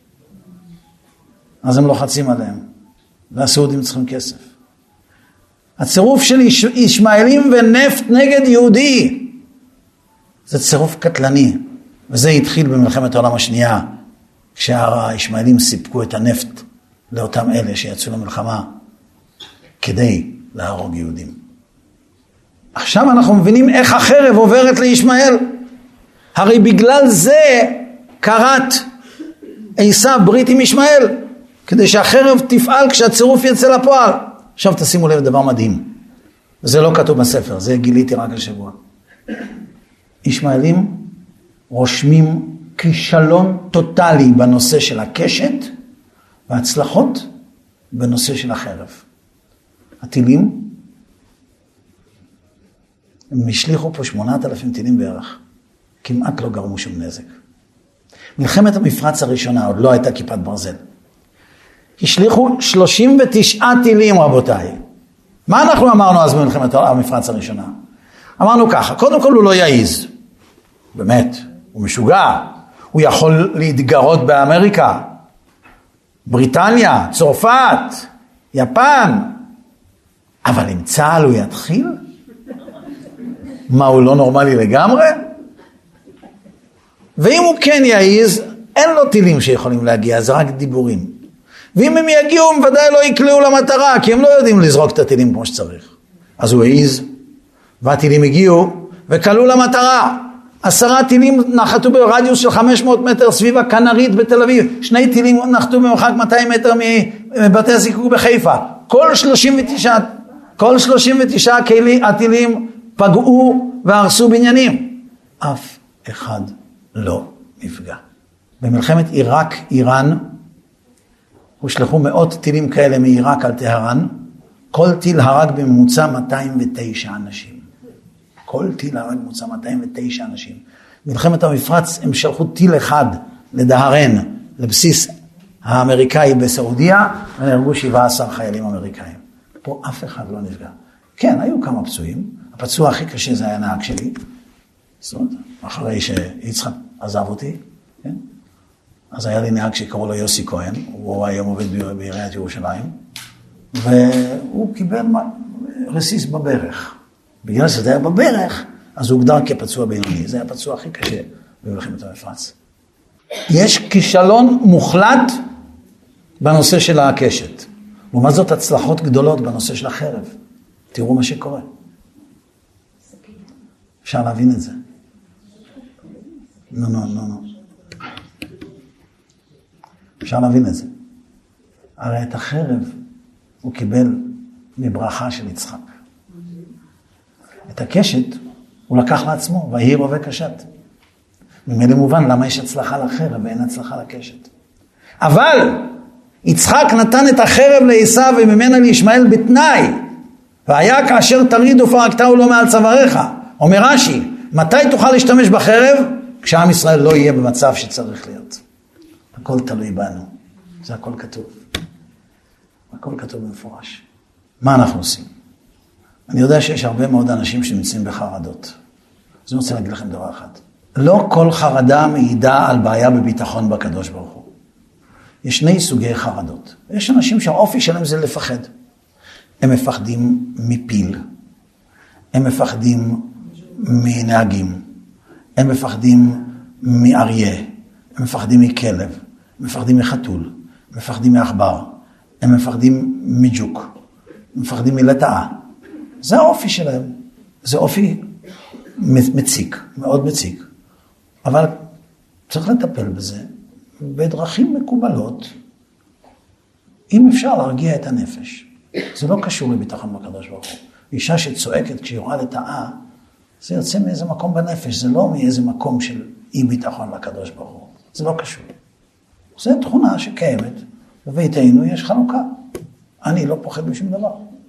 אז הם לוחצים עליהם. והסעודים צריכים כסף. הצירוף של ישמעאלים ונפט נגד יהודי, זה צירוף קטלני. וזה התחיל במלחמת העולם השנייה, כשהישמעאלים סיפקו את הנפט לאותם אלה שיצאו למלחמה, כדי להרוג יהודים. עכשיו אנחנו מבינים איך החרב עוברת לישמעאל. הרי בגלל זה קראת עשיו ברית עם ישמעאל, כדי שהחרב תפעל כשהצירוף יצא לפועל. עכשיו תשימו לב דבר מדהים. זה לא כתוב בספר, זה גיליתי רק השבוע. ישמעאלים רושמים כישלון טוטלי בנושא של הקשת, וההצלחות בנושא של החרב. הטילים, הם השליחו פה 8,000 טילים בערך. כמעט לא גרמו שום נזק. מלחמת המפרץ הראשונה, עוד לא הייתה כיפת ברזל. השליחו 39 טילים, רבותיי. מה אנחנו אמרנו אז במלחמת המפרץ הראשונה? אמרנו ככה, קודם כל הוא לא יעיז. באמת, הוא משוגע. הוא יכול להתגרות באמריקה, בריטניה, צרפת, יפן. אבל עם צה"ל הוא יתחיל? מה, הוא לא נורמלי לגמרי? ואם הוא כן יעיז, אין לו טילים שיכולים להגיע, זה רק דיבורים. ואם הם יגיעו, הם ודאי לא יקלעו למטרה, כי הם לא יודעים לזרוק את הטילים כמו שצריך. אז הוא העיז, והטילים הגיעו, וקלעו למטרה. 10 טילים נחתו ברדיוס של 500 מטר סביב הכנרית בתל אביב. 2 טילים נחתו במרחק 200 מטר מבתי הזיקוק בחיפה. כל 39 הטילים פגעו והרסו בניינים. אף אחד לא נפגע. במלחמת עיראק-איראן, הושלחו 100 טילים כאלה מעיראק על טהרן, כל טיל הרג בממוצע 209 אנשים. כל טיל הרג בממוצע 209 אנשים. במלחמת המפרץ הם שלחו טיל אחד לדהרן, לבסיס האמריקאי בסעודיה, ונהרגו 17 חיילים אמריקאים. פה אף אחד לא נפגע. כן, היו כמה פצועים. הפצוע הכי קשה זה היה נהג שלי. זאת אומרת, אחרי שיצחק עזב אותי, כן? אז היה לי נהג שקראו לו יוסי כהן, הוא היום עובד בעיריית ירושלים, והוא קיבל רסיס בברך. בגלל שזה היה בברך, אז הוא הוגדר כפצוע בינוני. זה היה הפצוע הכי קשה במלחמת המפרץ. יש כישלון מוחלט בנושא של הקשת. ומה זאת הצלחות גדולות בנושא של החרב. תראו מה שקורה. אפשר להבין את זה. לא. אפשר להבין את זה. הרי את החרב הוא קיבל מברכה של יצחק. את הקשת הוא לקח לעצמו, ויהי רובה קשת. ממילא מובן למה יש הצלחה לחרב ואין הצלחה לקשת. אבל יצחק נתן את החרב לעשיו וממנה לישמעאל בתנאי. והיה כאשר תריד ופרקתהו לו מעל צוואריך. אומר רש"י, מתי תוכל להשתמש בחרב? כשעם ישראל לא יהיה במצב שצריך להיות. הכל תלוי בנו. זה הכל כתוב. הכל כתוב במפורש. מה אנחנו עושים? אני יודע שיש הרבה מאוד אנשים שנמצאים בחרדות. אז אני רוצה להגיד לכם דבר אחד. לא כל חרדה מעידה על בעיה בביטחון בקדוש ברוך הוא. יש 2 סוגי חרדות. יש אנשים שהאופי שלהם זה לפחד. הם מפחדים מפיל. הם מפחדים מנהגים. הם מפחדים מאריה. הם מפחדים מכלב. הם מפחדים מחתול. הם מפחדים מעכבר. הם מפחדים מג'וק. הם מפחדים מלטאה. זה האופי שלהם. זה אופי מציק, מאוד מציק. אבל צריך לטפל בזה בדרכים מקובלות, אם אפשר להרגיע את הנפש. זה לא קשור לביטחון בקדוש ברוך הוא. אישה שצועקת כשהיא רואה לטאה, זה יוצא מאיזה מקום בנפש, זה לא מאיזה מקום של אי ביטחון לקדוש ברוך הוא. זה לא קשור. זו תכונה שקיימת, בביתנו יש חנוכה. אני לא פוחד משום דבר.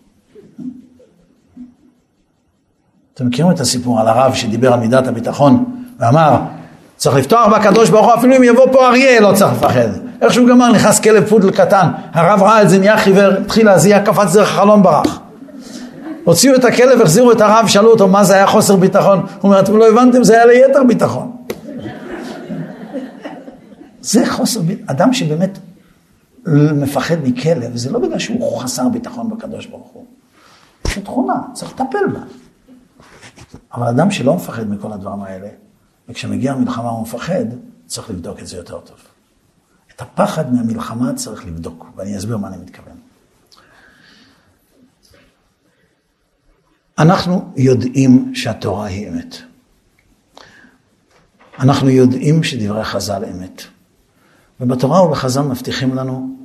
אתם מכירים את הסיפור על הרב שדיבר על מידת הביטחון, ואמר, צריך לפתוח בקדוש ברוך הוא, אפילו אם יבוא פה אריה, לא צריך לפחד. איכשהו גמר, נכנס כלב פודל קטן, הרב ראה את זה, נהיה חיוור, התחיל להזיע, קפץ דרך החלון ברח. הוציאו את הכלב, החזירו את הרב, שאלו אותו, מה זה היה חוסר ביטחון? הוא אומר, אתם לא הבנתם, זה היה ליתר ביטחון. זה חוסר ביטחון. אדם שבאמת מפחד מכלב, זה לא בגלל שהוא חסר ביטחון בקדוש ברוך הוא. זו תכונה, צריך לטפל בה. אבל אדם שלא מפחד מכל הדברים האלה, וכשמגיע המלחמה הוא מפחד, צריך לבדוק את זה יותר טוב. את הפחד מהמלחמה צריך לבדוק, ואני אסביר מה אני מתכוון. אנחנו יודעים שהתורה היא אמת. אנחנו יודעים שדברי חז"ל אמת. ובתורה ובחז"ל מבטיחים לנו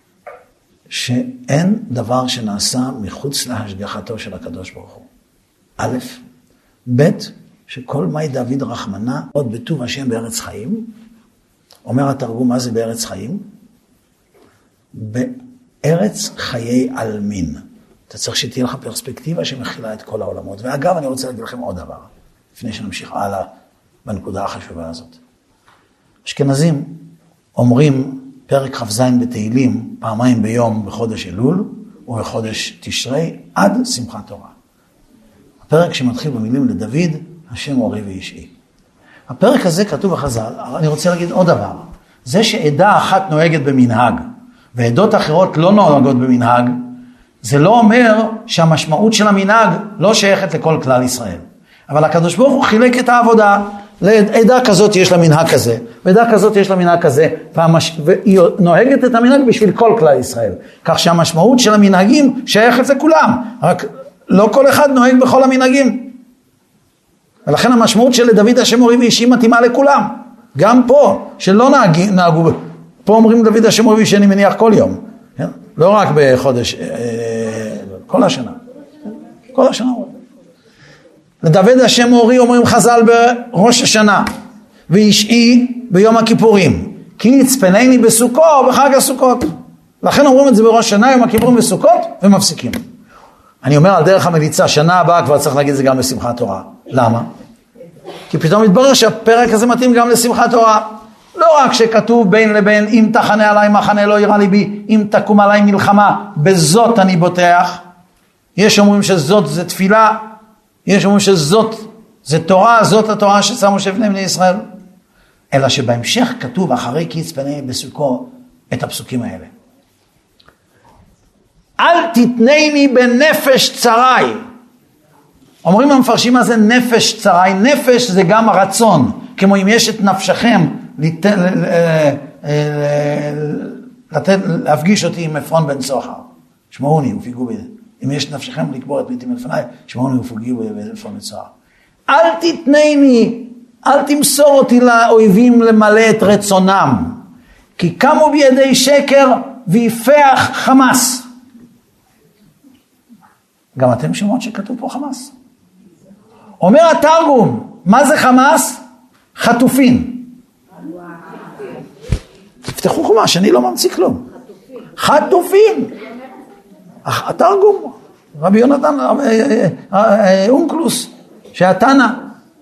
שאין דבר שנעשה מחוץ להשגחתו של הקדוש ברוך הוא. א', ב', שכל מי דוד רחמנה, עוד בטוב השם בארץ חיים, אומר התרגום מה זה בארץ חיים? בארץ חיי אלמין. אתה צריך שתהיה לך פרספקטיבה שמכילה את כל העולמות. ואגב, אני רוצה להגיד לכם עוד דבר, לפני שנמשיך הלאה בנקודה החשובה הזאת. אשכנזים אומרים פרק כ"ז בתהילים פעמיים ביום בחודש אלול ובחודש תשרי עד שמחת תורה. הפרק שמתחיל במילים לדוד, השם אורי ואישי. הפרק הזה כתוב בחז"ל, אני רוצה להגיד עוד דבר. זה שעדה אחת נוהגת במנהג, ועדות אחרות לא נוהגות במנהג, זה לא אומר שהמשמעות של המנהג לא שייכת לכל כלל ישראל. אבל הקדוש ברוך הוא חילק את העבודה, לעדה כזאת יש לה מנהג כזה, ועדה כזאת יש לה מנהג כזה, והיא נוהגת את המנהג בשביל כל כלל ישראל. כך שהמשמעות של המנהגים שייכת לכולם, רק לא כל אחד נוהג בכל המנהגים. ולכן המשמעות של דוד השם אורי ואישי מתאימה לכולם. גם פה, שלא נהגו, פה אומרים דוד השם אורי ואישי אני מניח כל יום. לא רק בחודש, כל השנה. כל השנה. לדוד השם אורי אומרים חז"ל בראש השנה, ואישי ביום הכיפורים. כי יצפנני בסוכו בחג הסוכות. לכן אומרים את זה בראש השנה, יום הכיפורים בסוכות, ומפסיקים. אני אומר על דרך המליצה, שנה הבאה כבר צריך להגיד זה גם לשמחת תורה. למה? כי פתאום מתברר שהפרק הזה מתאים גם לשמחת תורה. לא רק שכתוב בין לבין, אם תחנה עליי מחנה לא יראה ליבי, אם תקום עליי מלחמה, בזאת אני בוטח. יש אומרים שזאת זה תפילה, יש אומרים שזאת זה תורה, זאת התורה ששמו שבני בני ישראל. אלא שבהמשך כתוב אחרי כי יצפני בסוכו את הפסוקים האלה. אל תתנני בנפש צרי. אומרים המפרשים מה זה נפש צרי. נפש זה גם הרצון. כמו אם יש את נפשכם להפגיש אותי עם אפרון בן צוחר. שמעוני ופיגעו בידי. אם יש את נפשכם לקבור את ביתי מלפניי, שמעוני ופגיעו בידי אפרון בן צוחר. אל תתנני, אל תמסור אותי לאויבים למלא את רצונם. כי קמו בידי שקר ויפח חמאס. גם אתם שמעות שכתוב פה חמאס. אומר התרגום, מה זה חמאס? חטופים. תפתחו חומש, אני לא ממציא כלום. חטופים. התרגום, רבי יונתן, אונקלוס, שעתנה.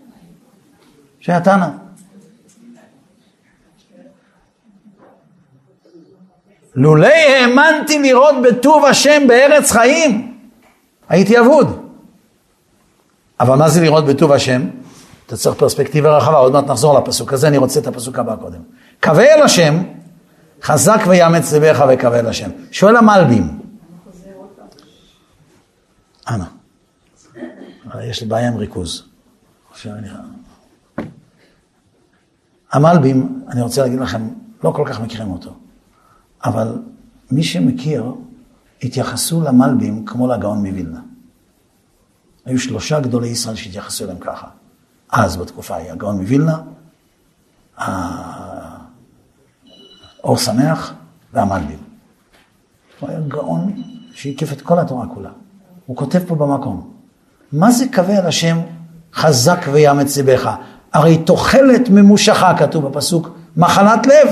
לולי האמנתי לראות בטוב השם בארץ חיים, הייתי אבוד. אבל מה זה לראות בטוב השם? אתה צריך פרספקטיבה רחבה, עוד מעט נחזור לפסוק הזה, אני רוצה את הפסוק הבא קודם. קווה אל השם, חזק ויאמץ לבך וקווה אל השם. שואל המלבים. אנא, יש לי בעיה עם ריכוז. המלבים, אני רוצה להגיד לכם, לא כל כך מכירים אותו. אבל מי שמכיר, התייחסו למלבים כמו לגאון מווילנה. היו 3 גדולי ישראל שהתייחסו אליהם ככה. אז בתקופה היה הגאון מווילנה, אור שמח והמלבים. הוא היה גאון שהקיף את כל התורה כולה. הוא כותב פה במקום, מה זה קווה על השם חזק ויאמץ לבך? הרי תוחלת ממושכה, כתוב בפסוק, מחלת לב.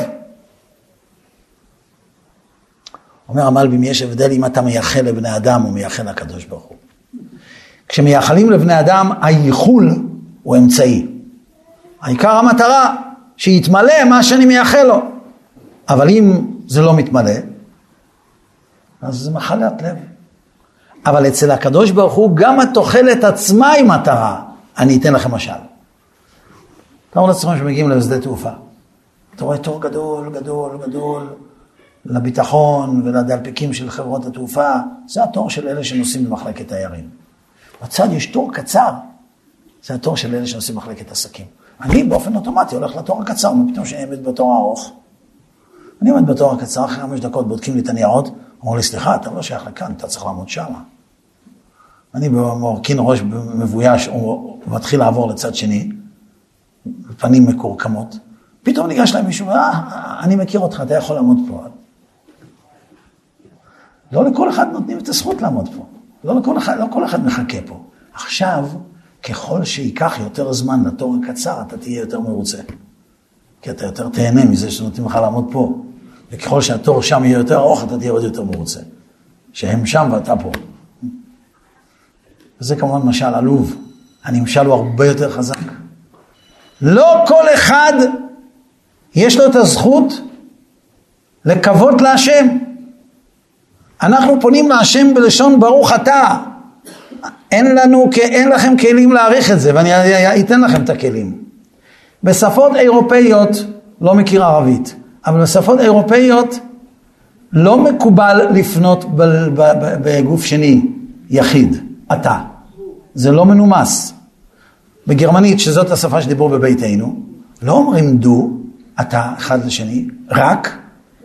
אומר המלבים, יש הבדל אם אתה מייחל לבני אדם או מייחל לקדוש ברוך הוא. כשמייחלים לבני אדם, הייחול הוא אמצעי. העיקר המטרה, שיתמלא מה שאני מייחל לו. אבל אם זה לא מתמלא, אז זה מחלת לב. אבל אצל הקדוש ברוך הוא, גם התוחלת עצמה היא מטרה. אני אתן לכם משל. אתה רואה לעצמם שמגיעים לשדה תעופה. אתה רואה תור גדול, גדול, גדול, לביטחון ולדלפקים של חברות התעופה. זה התור של אלה שנוסעים במחלקת תיירים. בצד יש תור קצר. זה התור של אלה שנוסעים במחלקת עסקים. אני באופן אוטומטי הולך לתור הקצר, ופתאום שאני עומד בתור הארוך. אני עומד בתור הקצר, אחרי 5 דקות בודקים לי את הניירות, אומר לי, סליחה, אתה לא שייך לכאן, אתה צריך לעמוד שם. אני במורכין ראש מבויש, הוא מתחיל לעבור לצד שני, פנים מקורקמות. פתאום ניגש להם מישהו, אני מכיר אותך, אתה יכול לעמוד פה. לא לכל אחד נותנים את הזכות לעמוד פה. לא כל אחד מחכה פה. עכשיו, ככל שיקח יותר זמן לתור הקצר, אתה תהיה יותר מרוצה. כי אתה יותר תהנה מזה שנותנים לך לעמוד פה. וככל שהתור שם יהיה יותר ארוך, אתה תהיה עוד יותר מרוצה. שהם שם ואתה פה. וזה כמובן משל עלוב. הנמשל הוא הרבה יותר חזק. לא כל אחד יש לו את הזכות לקוות להשם. אנחנו פונים להשם בלשון ברוך אתה. אין לכם כלים להעריך את זה, ואני אתן לכם את הכלים. בשפות אירופאיות, לא מכיר ערבית, אבל בשפות אירופאיות לא מקובל לפנות בגוף שני, יחיד, אתה. זה לא מנומס. בגרמנית, שזאת השפה שדיברו בביתנו, לא אומרים דו, אתה אחד לשני, רק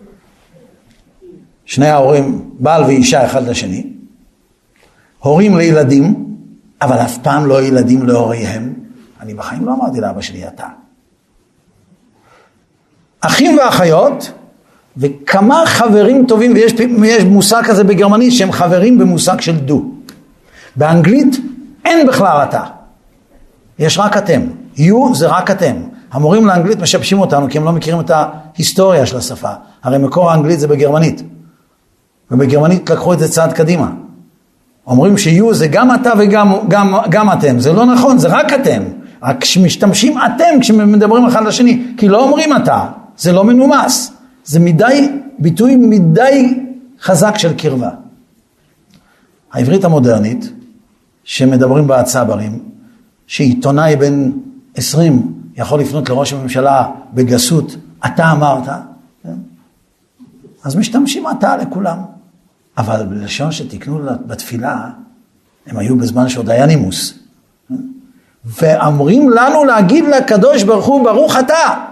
שני ההורים, בעל ואישה אחד לשני, הורים לילדים, אבל אף פעם לא ילדים להוריהם. אני בחיים לא אמרתי לאבא שלי אתה. אחים ואחיות, וכמה חברים טובים, ויש מושג כזה בגרמנית, שהם חברים במושג של דו. באנגלית אין בכלל אתה. יש רק אתם. you זה רק אתם. המורים לאנגלית משבשים אותנו, כי הם לא מכירים את ההיסטוריה של השפה. הרי מקור האנגלית זה בגרמנית. ובגרמנית לקחו את זה צעד קדימה. אומרים שיו זה גם אתה וגם אתם. זה לא נכון, זה רק אתם. רק כשמשתמשים אתם כשמדברים אחד לשני, כי לא אומרים אתה. זה לא מנומס. זה ביטוי מדי חזק של קרבה. העברית המודרנית, שמדברים בה הצברים, שעיתונאי בן 20 יכול לפנות לראש הממשלה בגסות, אתה אמרת, אז משתמשים אתה לכולם. אבל בלשון שתקנו בתפילה, הם היו בזמן שעוד היה נימוס. ואמרים לנו להגיד לקדוש ברוך הוא, ברוך אתה.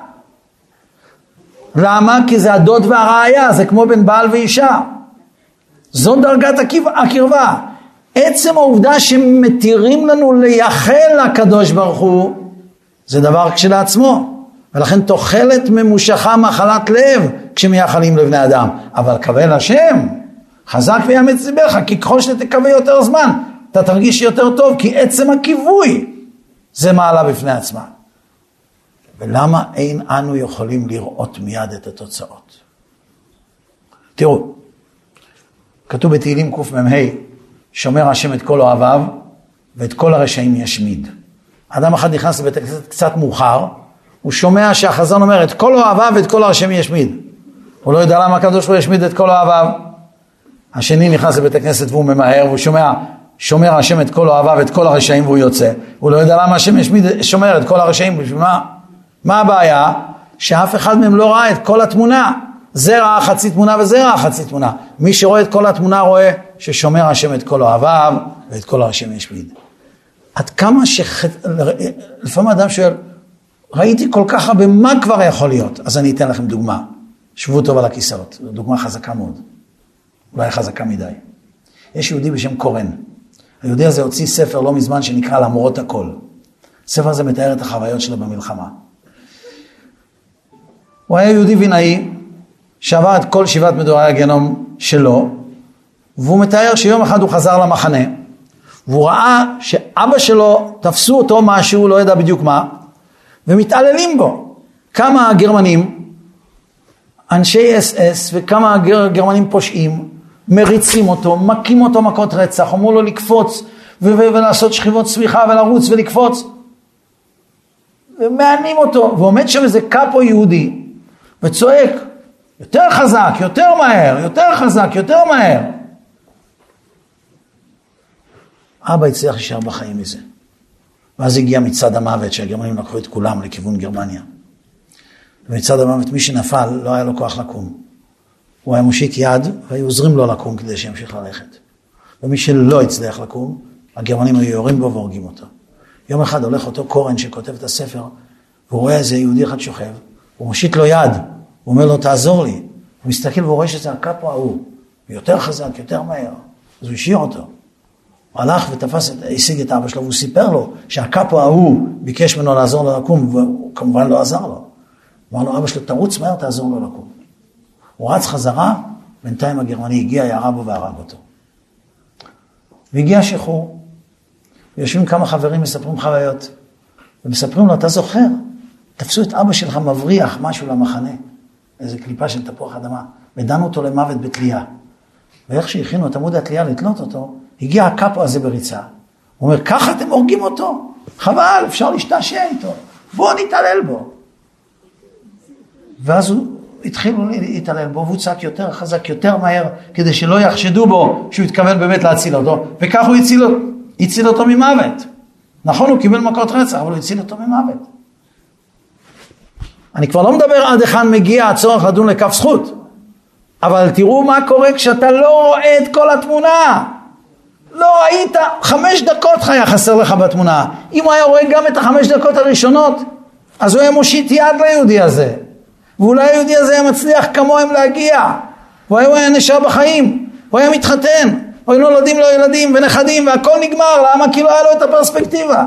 למה? כי זה הדוד והרעיה, זה כמו בין בעל ואישה. זו דרגת הקרבה. עצם העובדה שמתירים לנו לייחל לקדוש ברוך הוא, זה דבר כשלעצמו. ולכן תוחלת ממושכה מחלת לב כשמייחלים לבני אדם. אבל קווה לשם, חזק ויאמץ ליבך, כי ככל שתקווה יותר זמן, אתה תרגיש יותר טוב, כי עצם הכיווי זה מעלה בפני עצמה. ולמה אין אנו יכולים לראות מיד את התוצאות? תראו, כתוב בתהילים קמ"ה, שומר השם את כל אוהביו, ואת כל הרשעים ישמיד. אדם אחד נכנס לבית הכנסת קצת מאוחר, הוא שומע שהחזון אומר את כל אוהביו ואת כל הרשעים ישמיד. הוא לא יודע למה הקדוש ברוך הוא ישמיד את כל אוהביו. השני נכנס לבית הכנסת והוא ממהר, והוא שומר השם את כל אוהביו ואת כל הרשעים והוא יוצא. הוא לא יודע למה השם שומר את כל הרשעים, בשביל מה? מה הבעיה? שאף אחד מהם לא ראה את כל התמונה. זה ראה חצי תמונה וזה ראה חצי תמונה. מי שרואה את כל התמונה רואה ששומר השם את כל אוהביו ואת כל הרשעים ישמיד. עד כמה לפעמים אדם שואל, ראיתי כל כך הרבה, מה כבר יכול להיות? אז אני אתן לכם דוגמה. שבו טוב על הכיסאות. זו דוגמה חזקה מאוד. אולי חזקה מדי. יש יהודי בשם קורן. היהודי הזה הוציא ספר לא מזמן שנקרא למרות הכל. הספר הזה מתאר את החוויות שלו במלחמה. הוא היה יהודי וינאי, שעבר את כל 7 מדורי הגיהנום שלו, והוא מתאר שיום אחד הוא חזר למחנה, והוא ראה שאבא שלו תפסו אותו משהו, לא ידע בדיוק מה, ומתעללים בו. כמה גרמנים, אנשי אס-אס, וכמה גרמנים פושעים, מריצים אותו, מכים אותו מכות רצח, אמרו לו לקפוץ, ולעשות שכיבות סמיכה, ולרוץ ולקפוץ, ומענים אותו, ועומד שם איזה קאפו יהודי, וצועק, יותר חזק, יותר מהר, יותר חזק, יותר מהר. אבא הצליח להישאר בחיים מזה. ואז הגיע מצד המוות, שהגרמנים לקחו את כולם לכיוון גרמניה. ומצד המוות, מי שנפל, לא היה לו כוח לקום. הוא היה מושיט יד, והיו עוזרים לו לקום כדי שימשיך ללכת. ומי שלא הצליח לקום, הגרמנים היו יורים בו והורגים אותו. יום אחד הולך אותו קורן שכותב את הספר, והוא רואה איזה יהודי אחד שוכב, הוא מושיט לו יד, הוא אומר לו תעזור לי. הוא מסתכל והוא רואה שזה הקאפו ההוא, יותר חזק, יותר מהר. אז הוא השאיר אותו. הוא הלך ותפס, השיג את אבא שלו, והוא סיפר לו שהקאפו ההוא ביקש ממנו לעזור לו לקום, והוא כמובן לא עזר לו. אמר לו, אבא שלו, תרוץ מהר, תעזור לו לקום. הוא רץ חזרה, בינתיים הגרמני הגיע, ירה בו והרג אותו. והגיע השחרור. ויושבים כמה חברים, מספרים חוויות. ומספרים לו, אתה זוכר? תפסו את אבא שלך מבריח משהו למחנה. איזה קליפה של תפוח אדמה, ודנו אותו למוות בתלייה. ואיך שהכינו את עמוד התלייה לתלות אותו, הגיע הקאפו הזה בריצה. הוא אומר, ככה אתם הורגים אותו? חבל, אפשר להשתעשע איתו. בואו נתעלל בו. ואז התחילו להתעלל בו, והוא צעק יותר חזק, יותר מהר, כדי שלא יחשדו בו שהוא התכוון באמת להציל אותו, וכך הוא הציל אותו ממוות. נכון, הוא קיבל מכות רצח, אבל הוא הציל אותו ממוות. אני כבר לא מדבר עד היכן מגיע הצורך לדון לכף זכות, אבל תראו מה קורה כשאתה לא רואה את כל התמונה. לא היית, 5 דקות היה חסר לך בתמונה. אם הוא היה רואה גם את 5 דקות הראשונות, אז הוא היה מושיט יד ליהודי הזה. ואולי היהודי הזה היה מצליח כמוהם להגיע. והוא היה נשאר בחיים. הוא היה מתחתן. הוא היה נולדים לו ילדים ונכדים, והכל נגמר. למה? כי לא היה לו את הפרספקטיבה.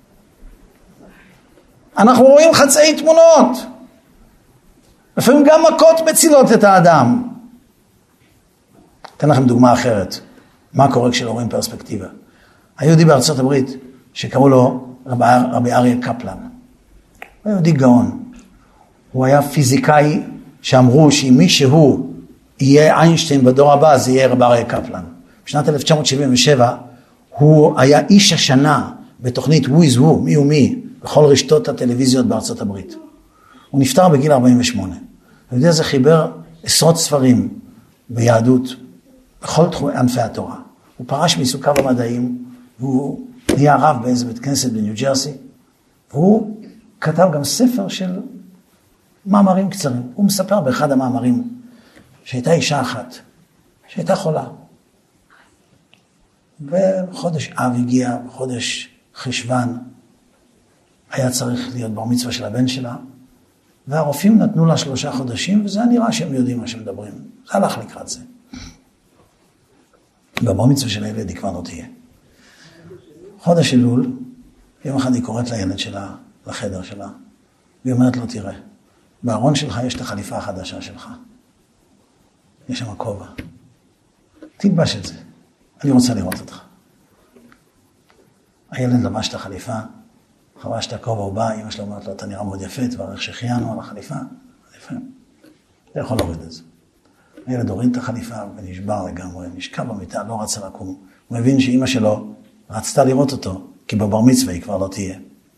אנחנו רואים חצאי תמונות. לפעמים גם מכות מצילות את האדם. אתן לכם דוגמה אחרת. מה קורה כשלא רואים פרספקטיבה? היהודי בארצות הברית, שקראו לו רבי אריה קפלן. הוא יהודי גאון. הוא היה פיזיקאי שאמרו שאם מישהו יהיה איינשטיין בדור הבא, זה יהיה רבי אריה קפלן. בשנת 1977 הוא היה איש השנה בתוכנית Who is Who, מי ומי, בכל רשתות הטלוויזיות בארצות הברית. הוא נפטר בגיל 48. היהודי הזה חיבר עשרות ספרים ביהדות, בכל תחומי ענפי התורה. הוא פרש מעיסוקיו המדעיים, והוא נהיה רב באיזה בית כנסת בניו ג'רסי, והוא כתב גם ספר של מאמרים קצרים. הוא מספר באחד המאמרים שהייתה אישה אחת, שהייתה חולה. וחודש אב הגיע, בחודש חשוון, היה צריך להיות בר מצווה של הבן שלה, והרופאים נתנו לה 3 חודשים, וזה נראה שהם יודעים מה שמדברים. זה הלך לקראת זה. בבר מצווה של הילד היא כבר לא תהיה. חודש אלול, יום אחד היא קוראת לילד שלה, לחדר שלה, והיא אומרת לו, תראה, בארון שלך יש את החליפה החדשה שלך. יש שם כובע. תלבש את זה. אני רוצה לראות אותך. הילד לבש את החליפה, חבש את הכובע, הוא בא, אמא שלו אומרת לו, אתה נראה מאוד יפה, תברך שהחיינו על החליפה. יפה. אתה יכול להוריד את זה. הילד הוריד את החליפה ונשבר לגמרי, נשקע במיטה, לא רצה לקום. הוא מבין שאמא שלו רצתה לראות אותו, כי בבר מצווה היא כבר לא תהיה.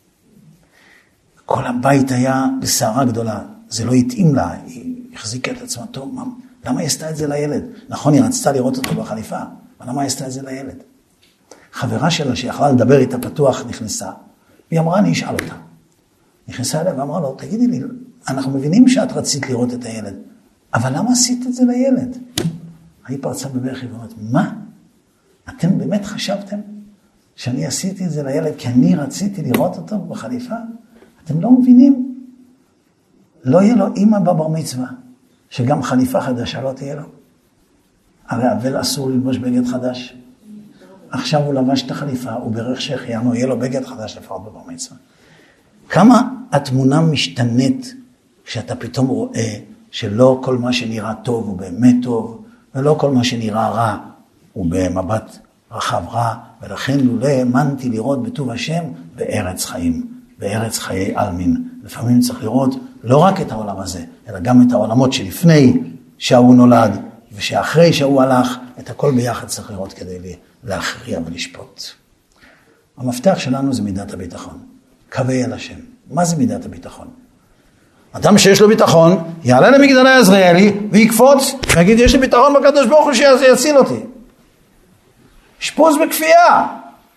כל הבית היה בסערה גדולה, זה לא התאים לה, היא החזיקה את עצמה טוב, למה היא עשתה את זה לילד? נכון, היא רצתה לראות אותו בחליפה, אבל למה היא עשתה את זה לילד? חברה שלה שיכולה לדבר איתה פתוח נכנסה, והיא אמרה, אני אשאל אותה. נכנסה אליה ואמרה לו, תגידי לי, אנחנו מבינים שאת רצית לראות את הילד, אבל למה עשית את זה לילד? היא פרצה בבכי ואומרת, מה? אתם באמת חשבתם שאני עשיתי את זה לילד כי אני רציתי לראות אותו בחליפה? אתם לא מבינים? לא יהיה לו אמא בבר מצווה, שגם חליפה חדשה לא תהיה לו. הרי אבל אסור ללבוש בגד חדש. עכשיו הוא לבש את החליפה, הוא ברך שהחיינו, יהיה לו בגד חדש לפחות בבר מצווה. כמה התמונה משתנית כשאתה פתאום רואה שלא כל מה שנראה טוב הוא באמת טוב, ולא כל מה שנראה רע הוא במבט רחב רע, ולכן לולא האמנתי לראות בטוב השם בארץ חיים, בארץ חיי אלמין. לפעמים צריך לראות לא רק את העולם הזה, אלא גם את העולמות שלפני שהוא נולד, ושאחרי שהוא הלך, את הכל ביחד צריך לראות כדי להכריע ולשפוט. המפתח שלנו זה מידת הביטחון. קווי אל השם. מה זה מידת הביטחון? אדם שיש לו ביטחון, יעלה למגדלי עזריאלי, ויקפוץ, ויגיד, יש לי ביטחון בקדוש ברוך הוא שיציל אותי. אשפוז בכפייה.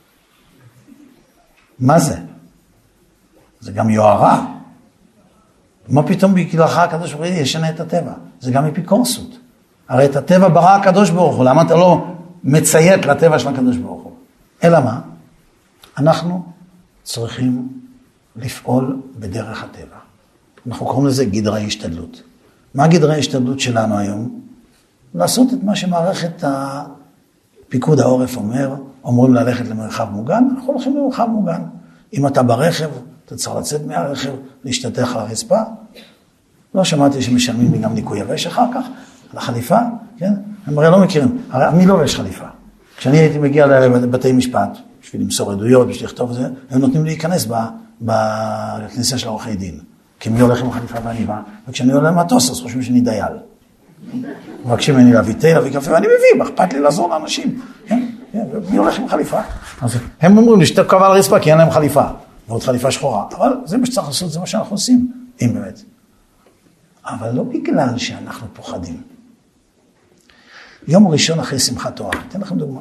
מה זה? זה גם יוהרה. מה פתאום בגללך הקדוש ברוך הוא ישנה את הטבע? זה גם אפיקורסות. הרי את הטבע ברא הקדוש ברוך הוא, למה אתה לא מציית לטבע של הקדוש ברוך הוא? אלא מה? אנחנו צריכים לפעול בדרך הטבע. אנחנו קוראים לזה גדרי השתדלות. מה גדרי ההשתדלות שלנו היום? לעשות את מה שמערכת פיקוד העורף אומרים ללכת למרחב מוגן, אנחנו הולכים למרחב מוגן. אם אתה ברכב, אתה צריך לצאת מהרכב, להשתתח על הרצפה. לא שמעתי שמשלמים לי גם ניקוי יבש אחר כך, על החליפה, כן? הם הרי לא מכירים, הרי מי לא יש חליפה? כשאני הייתי מגיע לבתי משפט, בשביל למסור עדויות, בשביל לכתוב זה, הם נותנים לי להיכנס בכניסה של עורכי דין. כי מי הולך עם חליפה ועניבה, וכשאני עולה למטוס אז חושבים שאני דייל. מבקשים ממני להביא תה, להביא קפה, ואני מביא, אכפת לי לעזור לאנשים. מי הולך עם חליפה? אז הם אומרים לי שתקע על הרצפה כי אין להם חליפה, ועוד חליפה שחורה. אבל זה מה שצריך לעשות, זה מה שאנחנו עושים, אם באמת. אבל לא בגלל שאנחנו פוחדים. יום ראשון אחרי שמחת תורה, אתן לכם דוגמה.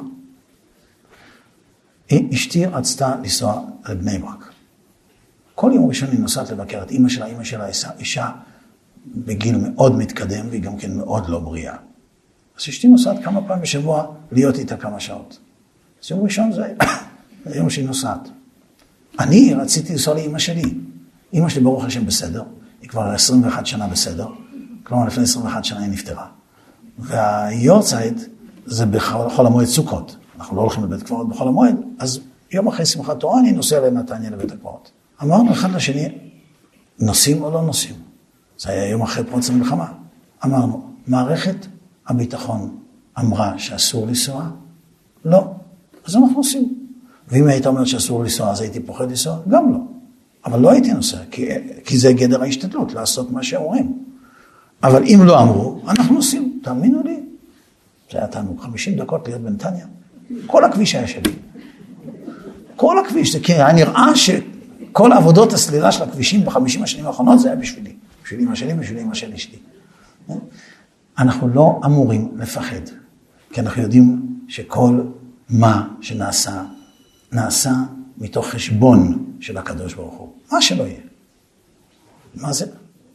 אשתי רצתה לנסוע לבני ברק. כל יום ראשון היא נוסעת לבקר את אמא שלה אישה בגיל מאוד מתקדם, והיא גם כן מאוד לא בריאה. אז אשתי נוסעת כמה פעמים בשבוע להיות איתה כמה שעות. אז יום ראשון זה היום שהיא נוסעת. אני רציתי לנסוע לאמא שלי. אמא שלי ברוך השם בסדר, היא כבר 21 שנה בסדר, כלומר לפני 21 שנה היא נפטרה. והיורצייט זה בחול המועד סוכות. אנחנו לא הולכים לבית קברות בחול המועד, אז יום אחרי שמחת תורה אני נוסע לנתניה לבית הקברות. אמרנו אחד לשני, נוסעים או לא נוסעים? זה היה יום אחרי פרוץ המלחמה. אמרנו, מערכת הביטחון אמרה שאסור לנסוע? לא. אז אנחנו נוסעים. ואם היית אומרת שאסור לנסוע, אז הייתי פוחד לנסוע? גם לא. אבל לא הייתי נוסע, כי זה גדר ההשתדלות, לעשות מה שאומרים. אבל אם לא אמרו, אנחנו נוסעים, תאמינו לי. זה היה תענוג, 50 דקות להיות בנתניה. כל הכביש היה שלי. כל הכביש, זה היה נראה שכל עבודות הסלילה של הכבישים ב50 השנים האחרונות, זה היה בשבילי. בשביל אמא שלי, בשביל אמא שלי. אנחנו לא אמורים לפחד, כי אנחנו יודעים שכל מה שנעשה, נעשה מתוך חשבון של הקדוש ברוך הוא. מה שלא יהיה. מה זה?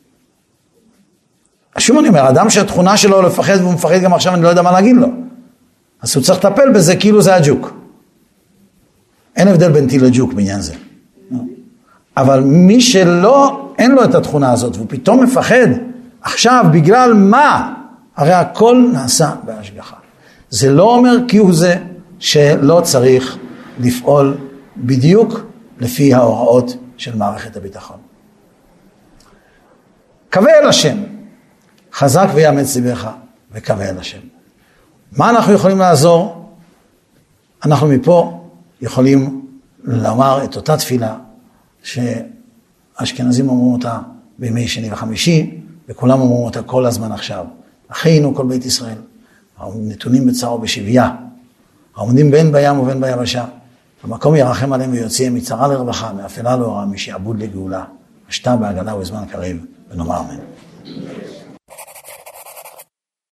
שוב אני אומר, אדם שהתכונה שלו לפחד והוא מפחד גם עכשיו, אני לא יודע מה להגיד לו. אז הוא צריך לטפל בזה כאילו זה הג'וק. אין הבדל בין טיל לג'וק בעניין זה. אבל מי שלא, אין לו את התכונה הזאת, והוא פתאום מפחד, עכשיו בגלל מה? הרי הכל נעשה בהשגחה. זה לא אומר כי הוא זה שלא צריך לפעול בדיוק לפי ההוראות של מערכת הביטחון. קווה אל השם, חזק ויאמץ ליבך וקווה אל השם. מה אנחנו יכולים לעזור? אנחנו מפה יכולים לומר את אותה תפילה שהאשכנזים אמרו אותה בימי שני וחמישי, וכולם אמרו אותה כל הזמן עכשיו. אחינו כל בית ישראל, הנתונים בצער ובשביה, העומדים בין בים ובין ביבשה, המקום ירחם עליהם ויוציאם מצרה לרווחה, מאפלה לאורה, משעבוד לגאולה, השתה בהגלה ובזמן קריב, ונאמר אמן.